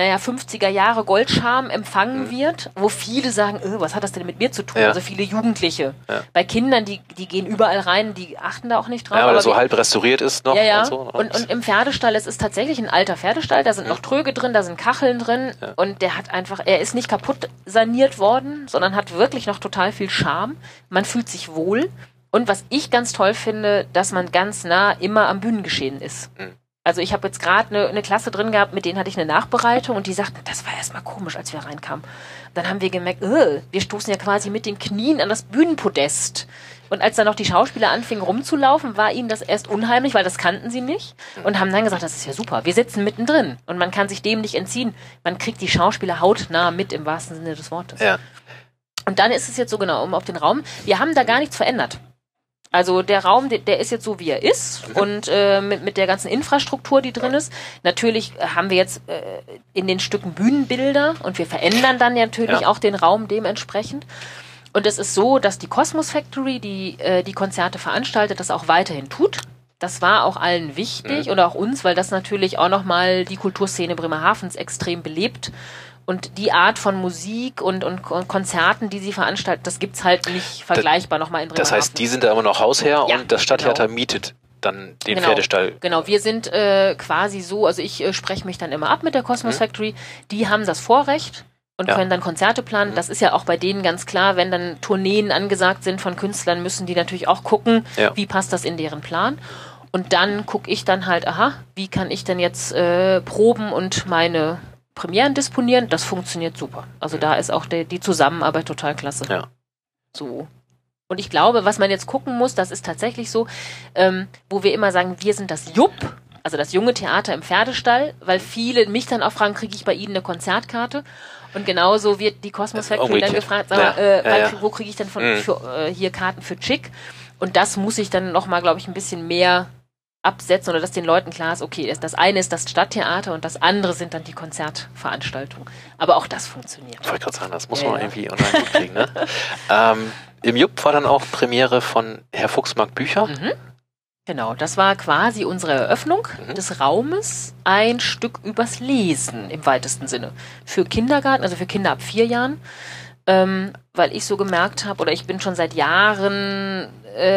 50er Jahre Goldscharm empfangen wird, wo viele sagen, was hat das denn mit mir zu tun? Ja. Also viele Jugendliche. Ja. Bei Kindern, die gehen überall rein, die achten da auch nicht drauf. Ja, weil er so halb restauriert ist noch. Ja. Und so. Und im Pferdestall, es ist tatsächlich ein alter Pferdestall, da sind noch Tröge drin, da sind Kacheln drin und er ist nicht kaputt saniert worden, sondern hat wirklich noch total viel Charme. Man fühlt sich wohl. Und was ich ganz toll finde, dass man ganz nah immer am Bühnengeschehen ist. Also ich habe jetzt gerade eine Klasse drin gehabt, mit denen hatte ich eine Nachbereitung und die sagten, das war erstmal komisch, als wir reinkamen. Dann haben wir gemerkt, wir stoßen ja quasi mit den Knien an das Bühnenpodest. Und als dann noch die Schauspieler anfingen rumzulaufen, war ihnen das erst unheimlich, weil das kannten sie nicht. Und haben dann gesagt, das ist ja super, wir sitzen mittendrin. Und man kann sich dem nicht entziehen. Man kriegt die Schauspieler hautnah mit, im wahrsten Sinne des Wortes. Ja. Und dann ist es jetzt so genau, auf den Raum, wir haben da gar nichts verändert. Also der Raum, der ist jetzt so, wie er ist und mit der ganzen Infrastruktur, die drin ist. Natürlich haben wir jetzt in den Stücken Bühnenbilder und wir verändern dann natürlich auch den Raum dementsprechend. Und es ist so, dass die Cosmos Factory, die Konzerte veranstaltet, das auch weiterhin tut. Das war auch allen wichtig und auch uns, weil das natürlich auch nochmal die Kulturszene Bremerhavens extrem belebt. Und die Art von Musik und Konzerten, die sie veranstalten, das gibt's halt nicht vergleichbar nochmal in Bremerhaven. Das heißt, die sind da immer noch Hausherr und das Stadttheater mietet dann den Pferdestall. Genau, wir sind quasi so, also ich spreche mich dann immer ab mit der Cosmos Factory, die haben das Vorrecht und können dann Konzerte planen. Das ist ja auch bei denen ganz klar, wenn dann Tourneen angesagt sind von Künstlern, müssen die natürlich auch gucken, wie passt das in deren Plan. Und dann gucke ich dann halt, wie kann ich denn jetzt proben und meine Premieren disponieren, das funktioniert super. Also da ist auch die Zusammenarbeit total klasse. Ja. So. Und ich glaube, was man jetzt gucken muss, das ist tatsächlich so, wo wir immer sagen, wir sind das JUP, also das junge Theater im Pferdestall, weil viele mich dann auch fragen, kriege ich bei Ihnen eine Konzertkarte? Und genauso wird die Cosmos Factory dann gefragt, wo kriege ich denn hier Karten für Chick? Und das muss ich dann nochmal, glaube ich, ein bisschen mehr absetzen oder dass den Leuten klar ist, okay, das eine ist das Stadttheater und das andere sind dann die Konzertveranstaltungen. Aber auch das funktioniert. Ich wollte gerade sagen, das muss man irgendwie online kriegen, ne? Im JUP war dann auch Premiere von Herr Fuchsmark Bücher. Genau, das war quasi unsere Eröffnung des Raumes, ein Stück übers Lesen im weitesten Sinne. Für Kindergarten, also für Kinder ab 4 Jahren, weil ich so gemerkt habe, oder ich bin schon seit Jahren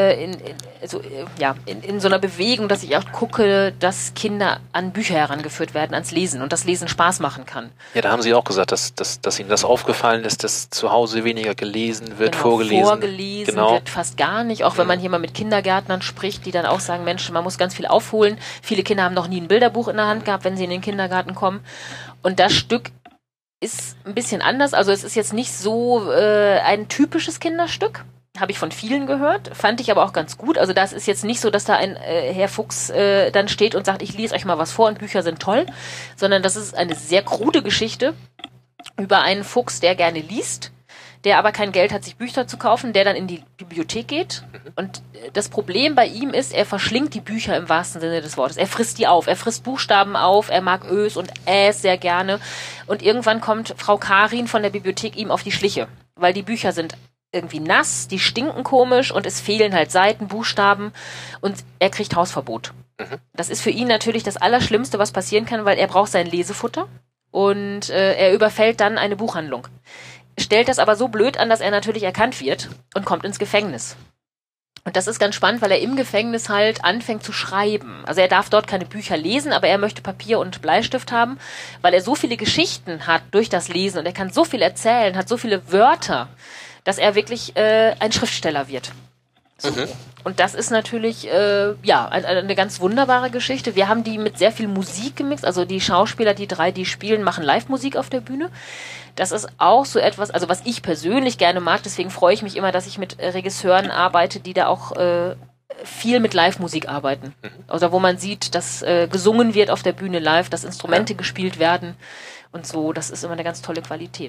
in so einer Bewegung, dass ich auch gucke, dass Kinder an Bücher herangeführt werden, ans Lesen und das Lesen Spaß machen kann. Ja, da haben Sie auch gesagt, dass Ihnen das aufgefallen ist, dass zu Hause weniger gelesen wird, vorgelesen wird fast gar nicht, auch wenn man hier mal mit Kindergärtnern spricht, die dann auch sagen, Mensch, man muss ganz viel aufholen. Viele Kinder haben noch nie ein Bilderbuch in der Hand gehabt, wenn sie in den Kindergarten kommen. Und das Stück ist ein bisschen anders, also es ist jetzt nicht so ein typisches Kinderstück. Habe ich von vielen gehört, fand ich aber auch ganz gut. Also das ist jetzt nicht so, dass da ein Herr Fuchs dann steht und sagt, ich lese euch mal was vor und Bücher sind toll, sondern das ist eine sehr krude Geschichte über einen Fuchs, der gerne liest, der aber kein Geld hat, sich Bücher zu kaufen, der dann in die Bibliothek geht. Und das Problem bei ihm ist, er verschlingt die Bücher im wahrsten Sinne des Wortes. Er frisst die auf, er frisst Buchstaben auf, er mag Ös und Äs sehr gerne. Und irgendwann kommt Frau Karin von der Bibliothek ihm auf die Schliche, weil die Bücher sind irgendwie nass, die stinken komisch und es fehlen halt Seiten, Buchstaben und er kriegt Hausverbot. Das ist für ihn natürlich das Allerschlimmste, was passieren kann, weil er braucht sein Lesefutter und er überfällt dann eine Buchhandlung. Stellt das aber so blöd an, dass er natürlich erkannt wird und kommt ins Gefängnis. Und das ist ganz spannend, weil er im Gefängnis halt anfängt zu schreiben. Also er darf dort keine Bücher lesen, aber er möchte Papier und Bleistift haben, weil er so viele Geschichten hat durch das Lesen und er kann so viel erzählen, hat so viele Wörter, dass er wirklich ein Schriftsteller wird. So. Und das ist natürlich eine ganz wunderbare Geschichte. Wir haben die mit sehr viel Musik gemixt, also die Schauspieler, die 3, die spielen, machen Live-Musik auf der Bühne. Das ist auch so etwas, also was ich persönlich gerne mag, deswegen freue ich mich immer, dass ich mit Regisseuren arbeite, die da auch viel mit Live-Musik arbeiten. Also wo man sieht, dass gesungen wird auf der Bühne live, dass Instrumente gespielt werden und so, das ist immer eine ganz tolle Qualität.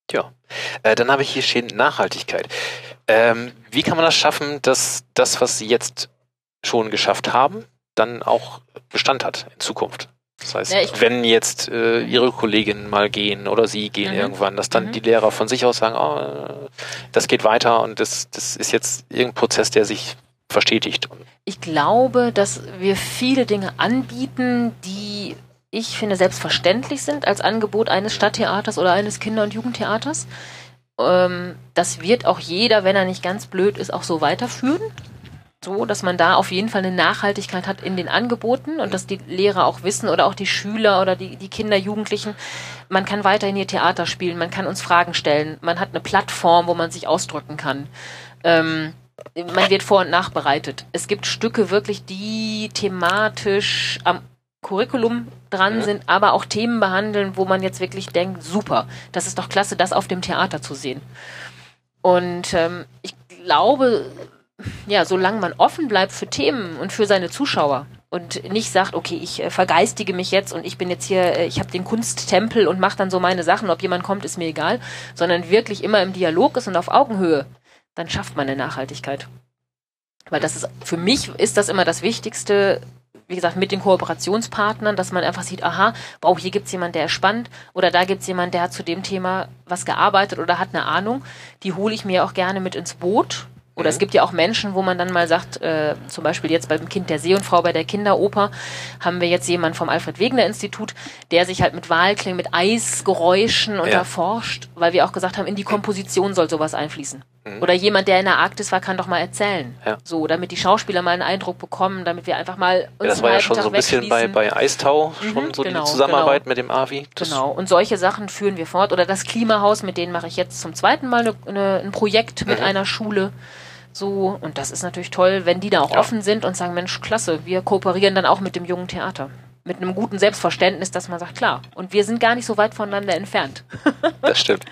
Ja, dann habe ich hier stehen Nachhaltigkeit. Wie kann man das schaffen, dass das, was Sie jetzt schon geschafft haben, dann auch Bestand hat in Zukunft? Das heißt, wenn jetzt Ihre Kolleginnen mal gehen oder Sie gehen irgendwann, dass dann die Lehrer von sich aus sagen, oh, das geht weiter und das ist jetzt irgendein Prozess, der sich verstetigt. Ich glaube, dass wir viele Dinge anbieten, die ich finde selbstverständlich sind als Angebot eines Stadttheaters oder eines Kinder- und Jugendtheaters. Das wird auch jeder, wenn er nicht ganz blöd ist, auch so weiterführen. So, dass man da auf jeden Fall eine Nachhaltigkeit hat in den Angeboten und dass die Lehrer auch wissen oder auch die Schüler oder die Kinder, Jugendlichen, man kann weiterhin hier Theater spielen, man kann uns Fragen stellen, man hat eine Plattform, wo man sich ausdrücken kann. Man wird vor- und nachbereitet. Es gibt Stücke wirklich, die thematisch am Curriculum dran sind, aber auch Themen behandeln, wo man jetzt wirklich denkt, super, das ist doch klasse, das auf dem Theater zu sehen. Und ich glaube, ja, solange man offen bleibt für Themen und für seine Zuschauer und nicht sagt, okay, ich vergeistige mich jetzt und ich bin jetzt hier, ich habe den Kunsttempel und mache dann so meine Sachen, ob jemand kommt, ist mir egal, sondern wirklich immer im Dialog ist und auf Augenhöhe, dann schafft man eine Nachhaltigkeit. Weil das ist, für mich ist das immer das Wichtigste, wie gesagt, mit den Kooperationspartnern, dass man einfach sieht, aha, wow, hier gibt's jemanden, der ist spannend, oder da gibt's jemanden, der hat zu dem Thema was gearbeitet oder hat eine Ahnung, die hole ich mir auch gerne mit ins Boot. Oder es gibt ja auch Menschen, wo man dann mal sagt, zum Beispiel jetzt beim Kind der Seeunfrau bei der Kinderoper, haben wir jetzt jemanden vom Alfred-Wegener-Institut, der sich halt mit Wahlklängen, mit Eisgeräuschen unterforscht, weil wir auch gesagt haben, in die Komposition soll sowas einfließen. Oder jemand, der in der Arktis war, kann doch mal erzählen. Ja. So, damit die Schauspieler mal einen Eindruck bekommen, damit wir einfach mal uns das war ja schon so ein bisschen bei Eistau, schon so die Zusammenarbeit mit dem AVI. Genau, und solche Sachen führen wir fort. Oder das Klimahaus, mit denen mache ich jetzt zum zweiten Mal ein Projekt mit einer Schule. So, und das ist natürlich toll, wenn die da auch offen sind und sagen, Mensch, klasse, wir kooperieren dann auch mit dem jungen Theater. Mit einem guten Selbstverständnis, dass man sagt, klar. Und wir sind gar nicht so weit voneinander entfernt. Das stimmt.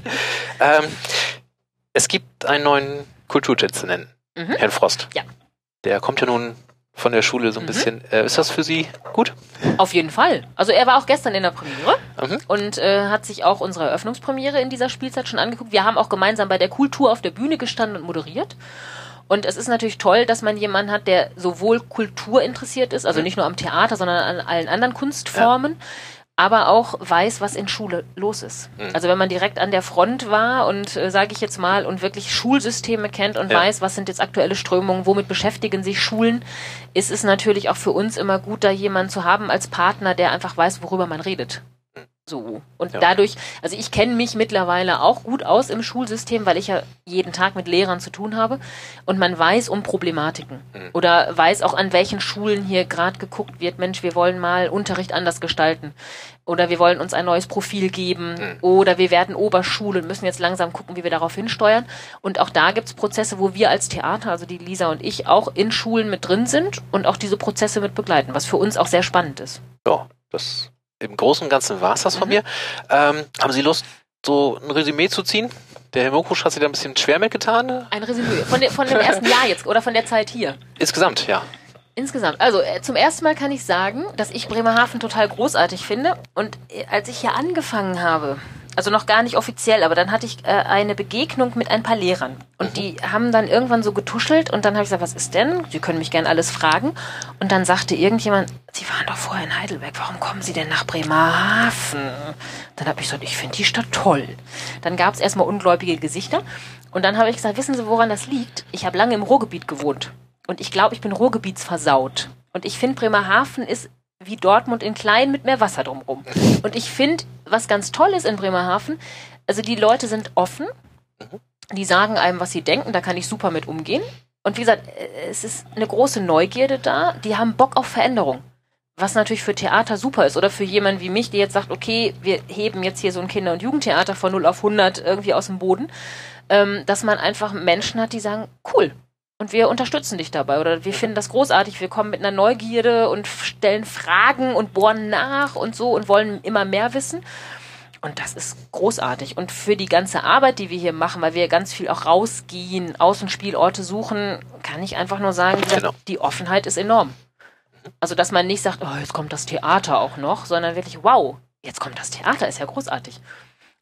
Es gibt einen neuen Kulturdezernenten, Herrn Frost. Ja. Der kommt ja nun von der Schule so ein bisschen. Ist das für Sie gut? Auf jeden Fall. Also er war auch gestern in der Premiere und hat sich auch unsere Eröffnungspremiere in dieser Spielzeit schon angeguckt. Wir haben auch gemeinsam bei der Kultur auf der Bühne gestanden und moderiert. Und es ist natürlich toll, dass man jemanden hat, der sowohl Kultur interessiert ist, also nicht nur am Theater, sondern an allen anderen Kunstformen, aber auch weiß, was in Schule los ist. Also wenn man direkt an der Front war und, sage ich jetzt mal, und wirklich Schulsysteme kennt und weiß, was sind jetzt aktuelle Strömungen, womit beschäftigen sich Schulen, ist es natürlich auch für uns immer gut, da jemanden zu haben als Partner, der einfach weiß, worüber man redet. So. Und dadurch, also ich kenne mich mittlerweile auch gut aus im Schulsystem, weil ich ja jeden Tag mit Lehrern zu tun habe und man weiß um Problematiken oder weiß auch, an welchen Schulen hier gerade geguckt wird, Mensch, wir wollen mal Unterricht anders gestalten oder wir wollen uns ein neues Profil geben oder wir werden Oberschule und müssen jetzt langsam gucken, wie wir darauf hinsteuern. Und auch da gibt's Prozesse, wo wir als Theater, also die Lisa und ich, auch in Schulen mit drin sind und auch diese Prozesse mit begleiten, was für uns auch sehr spannend ist. Ja, das im Großen und Ganzen war es das von mir. Haben Sie Lust, so ein Resümee zu ziehen? Der Herr Mokusch hat sich da ein bisschen schwer mitgetan. Ein Resümee von dem ersten Jahr jetzt oder von der Zeit hier? Insgesamt, ja. Insgesamt. Also zum ersten Mal kann ich sagen, dass ich Bremerhaven total großartig finde. Und als ich hier angefangen habe, also noch gar nicht offiziell, aber dann hatte ich eine Begegnung mit ein paar Lehrern. Und die haben dann irgendwann so getuschelt und dann habe ich gesagt, was ist denn? Sie können mich gern alles fragen. Und dann sagte irgendjemand, Sie waren doch vorher in Heidelberg, warum kommen Sie denn nach Bremerhaven? Dann habe ich gesagt, ich finde die Stadt toll. Dann gab es erstmal ungläubige Gesichter. Und dann habe ich gesagt, wissen Sie, woran das liegt? Ich habe lange im Ruhrgebiet gewohnt. Und ich glaube, ich bin ruhrgebietsversaut. Und ich finde, Bremerhaven ist wie Dortmund in klein mit mehr Wasser drumherum. Und ich finde, was ganz toll ist in Bremerhaven, also die Leute sind offen, die sagen einem, was sie denken, da kann ich super mit umgehen. Und wie gesagt, es ist eine große Neugierde da, die haben Bock auf Veränderung. Was natürlich für Theater super ist oder für jemanden wie mich, der jetzt sagt, okay, wir heben jetzt hier so ein Kinder- und Jugendtheater von 0 auf 100 irgendwie aus dem Boden, dass man einfach Menschen hat, die sagen, cool. Und wir unterstützen dich dabei oder wir finden das großartig. Wir kommen mit einer Neugierde und stellen Fragen und bohren nach und so und wollen immer mehr wissen. Und das ist großartig. Und für die ganze Arbeit, die wir hier machen, weil wir ganz viel auch rausgehen, Außenspielorte suchen, kann ich einfach nur sagen, die Offenheit ist enorm. Also, dass man nicht sagt, oh, jetzt kommt das Theater auch noch, sondern wirklich, wow, jetzt kommt das Theater, ist ja großartig.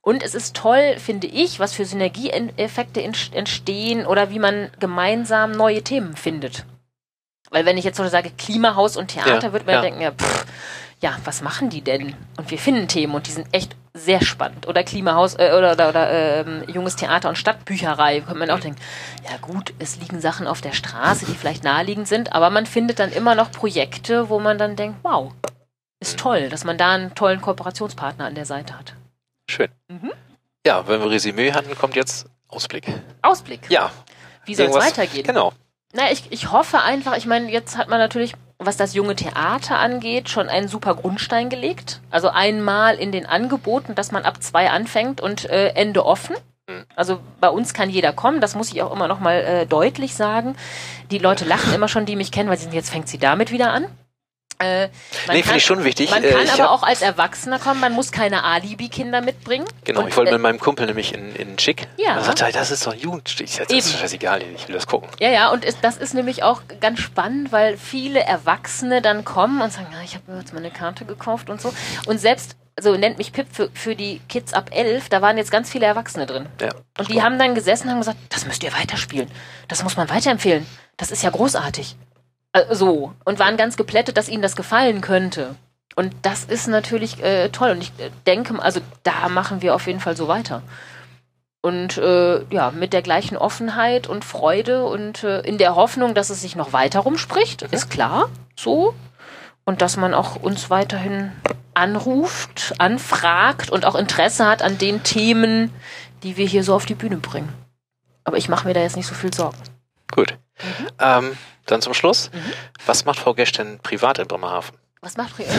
Und es ist toll, finde ich, was für Synergieeffekte entstehen oder wie man gemeinsam neue Themen findet. Weil wenn ich jetzt so sage Klimahaus und Theater, würde man denken, ja, was machen die denn? Und wir finden Themen und die sind echt sehr spannend. Oder Klimahaus oder junges Theater und Stadtbücherei, könnte man auch denken, ja gut, es liegen Sachen auf der Straße, die vielleicht naheliegend sind, aber man findet dann immer noch Projekte, wo man dann denkt, wow, ist toll, dass man da einen tollen Kooperationspartner an der Seite hat. Schön. Ja, wenn wir Resümee hatten, kommt jetzt Ausblick. Ausblick? Ja. Wie soll es weitergehen? Genau. Na, ich hoffe einfach, ich meine, jetzt hat man natürlich, was das junge Theater angeht, schon einen super Grundstein gelegt. Also einmal in den Angeboten, dass man ab 2 anfängt und Ende offen. Also bei uns kann jeder kommen, das muss ich auch immer noch mal deutlich sagen. Die Leute lachen immer schon, die mich kennen, weil sie sagen, jetzt fängt sie damit wieder an. Finde ich schon wichtig. Man kann aber auch als Erwachsener kommen, man muss keine Alibi-Kinder mitbringen. Genau, und ich wollte mit meinem Kumpel nämlich in Schick. Ja. Er sagte, das ist doch Jugendstich. Das ist scheißegal, ich will das gucken. Ja, und das ist nämlich auch ganz spannend, weil viele Erwachsene dann kommen und sagen, ich habe mir jetzt mal eine Karte gekauft und so. Und selbst, also nennt mich Pip, für die Kids ab 11, da waren jetzt ganz viele Erwachsene drin. Ja, und die haben dann gesessen und haben gesagt, das müsst ihr weiterspielen. Das muss man weiterempfehlen. Das ist ja großartig. So, und waren ganz geplättet, dass ihnen das gefallen könnte. Und das ist natürlich toll. Und ich denke, also da machen wir auf jeden Fall so weiter. Und mit der gleichen Offenheit und Freude und in der Hoffnung, dass es sich noch weiter rumspricht, ist klar, so. Und dass man auch uns weiterhin anruft, anfragt und auch Interesse hat an den Themen, die wir hier so auf die Bühne bringen. Aber ich mache mir da jetzt nicht so viel Sorgen. Gut. Dann zum Schluss. Was macht Frau Gesch denn privat in Bremerhaven? Was macht Frau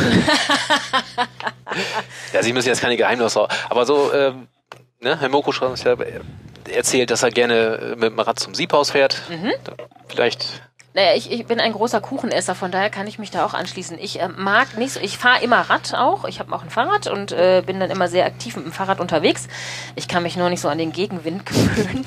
Ja, Sie müssen jetzt keine Geheimnisse, aber so, Herr Mokusch hat uns ja erzählt, dass er gerne mit dem Rad zum Siebhaus fährt. Vielleicht... Naja, ich bin ein großer Kuchenesser, von daher kann ich mich da auch anschließen. Ich mag nicht so, ich fahre immer Rad auch, ich habe auch ein Fahrrad und bin dann immer sehr aktiv mit dem Fahrrad unterwegs. Ich kann mich nur nicht so an den Gegenwind gewöhnen.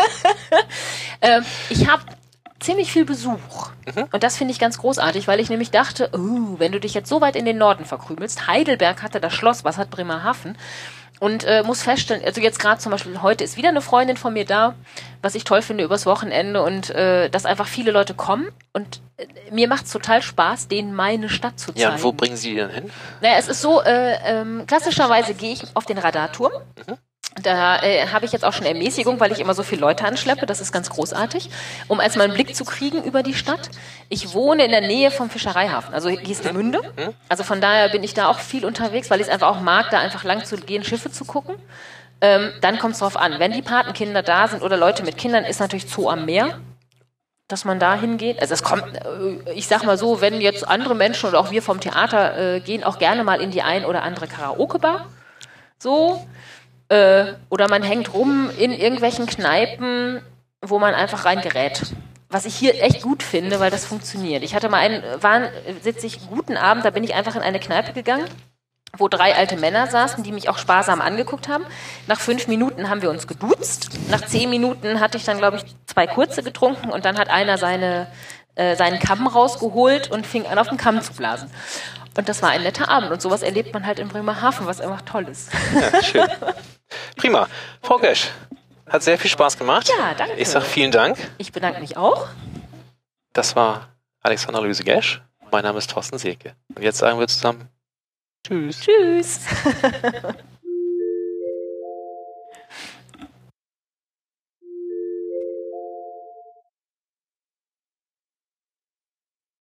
Ich habe ziemlich viel Besuch. Und das finde ich ganz großartig, weil ich nämlich dachte, wenn du dich jetzt so weit in den Norden verkrümelst, Heidelberg hatte das Schloss, was hat Bremerhaven? Und muss feststellen, also jetzt gerade zum Beispiel, heute ist wieder eine Freundin von mir da, was ich toll finde übers Wochenende und dass einfach viele Leute kommen und mir macht es total Spaß, denen meine Stadt zu zeigen. Ja, und wo bringen Sie die denn hin? Naja, es ist so, klassischerweise gehe ich auf den Radarturm. Da habe ich jetzt auch schon Ermäßigung, weil ich immer so viele Leute anschleppe. Das ist ganz großartig, um erstmal einen Blick zu kriegen über die Stadt. Ich wohne in der Nähe vom Fischereihafen, also Geestemünde. Also von daher bin ich da auch viel unterwegs, weil ich es einfach auch mag, da einfach lang zu gehen, Schiffe zu gucken. Dann kommt es drauf an. Wenn die Patenkinder da sind oder Leute mit Kindern, ist natürlich Zoo am Meer, dass man da hingeht. Also es kommt, ich sag mal so, wenn jetzt andere Menschen oder auch wir vom Theater gehen auch gerne mal in die ein oder andere Karaoke-Bar. So. Oder man hängt rum in irgendwelchen Kneipen, wo man einfach reingerät. Was ich hier echt gut finde, weil das funktioniert. Ich hatte mal einen wahnsinnig guten Abend, da bin ich einfach in eine Kneipe gegangen, wo 3 alte Männer saßen, die mich auch sparsam angeguckt haben. Nach 5 Minuten haben wir uns geduzt. Nach 10 Minuten hatte ich dann, glaube ich, 2 kurze getrunken und dann hat einer seinen Kamm rausgeholt und fing an, auf den Kamm zu blasen. Und das war ein netter Abend. Und sowas erlebt man halt in Bremerhaven, was einfach toll ist. Ja, schön. Prima. Frau Gesch, hat sehr viel Spaß gemacht. Ja, danke. Ich sage vielen Dank. Ich bedanke mich auch. Das war Alexandra Luise Gesch. Mein Name ist Thorsten Seeke. Und jetzt sagen wir zusammen Tschüss. Tschüss.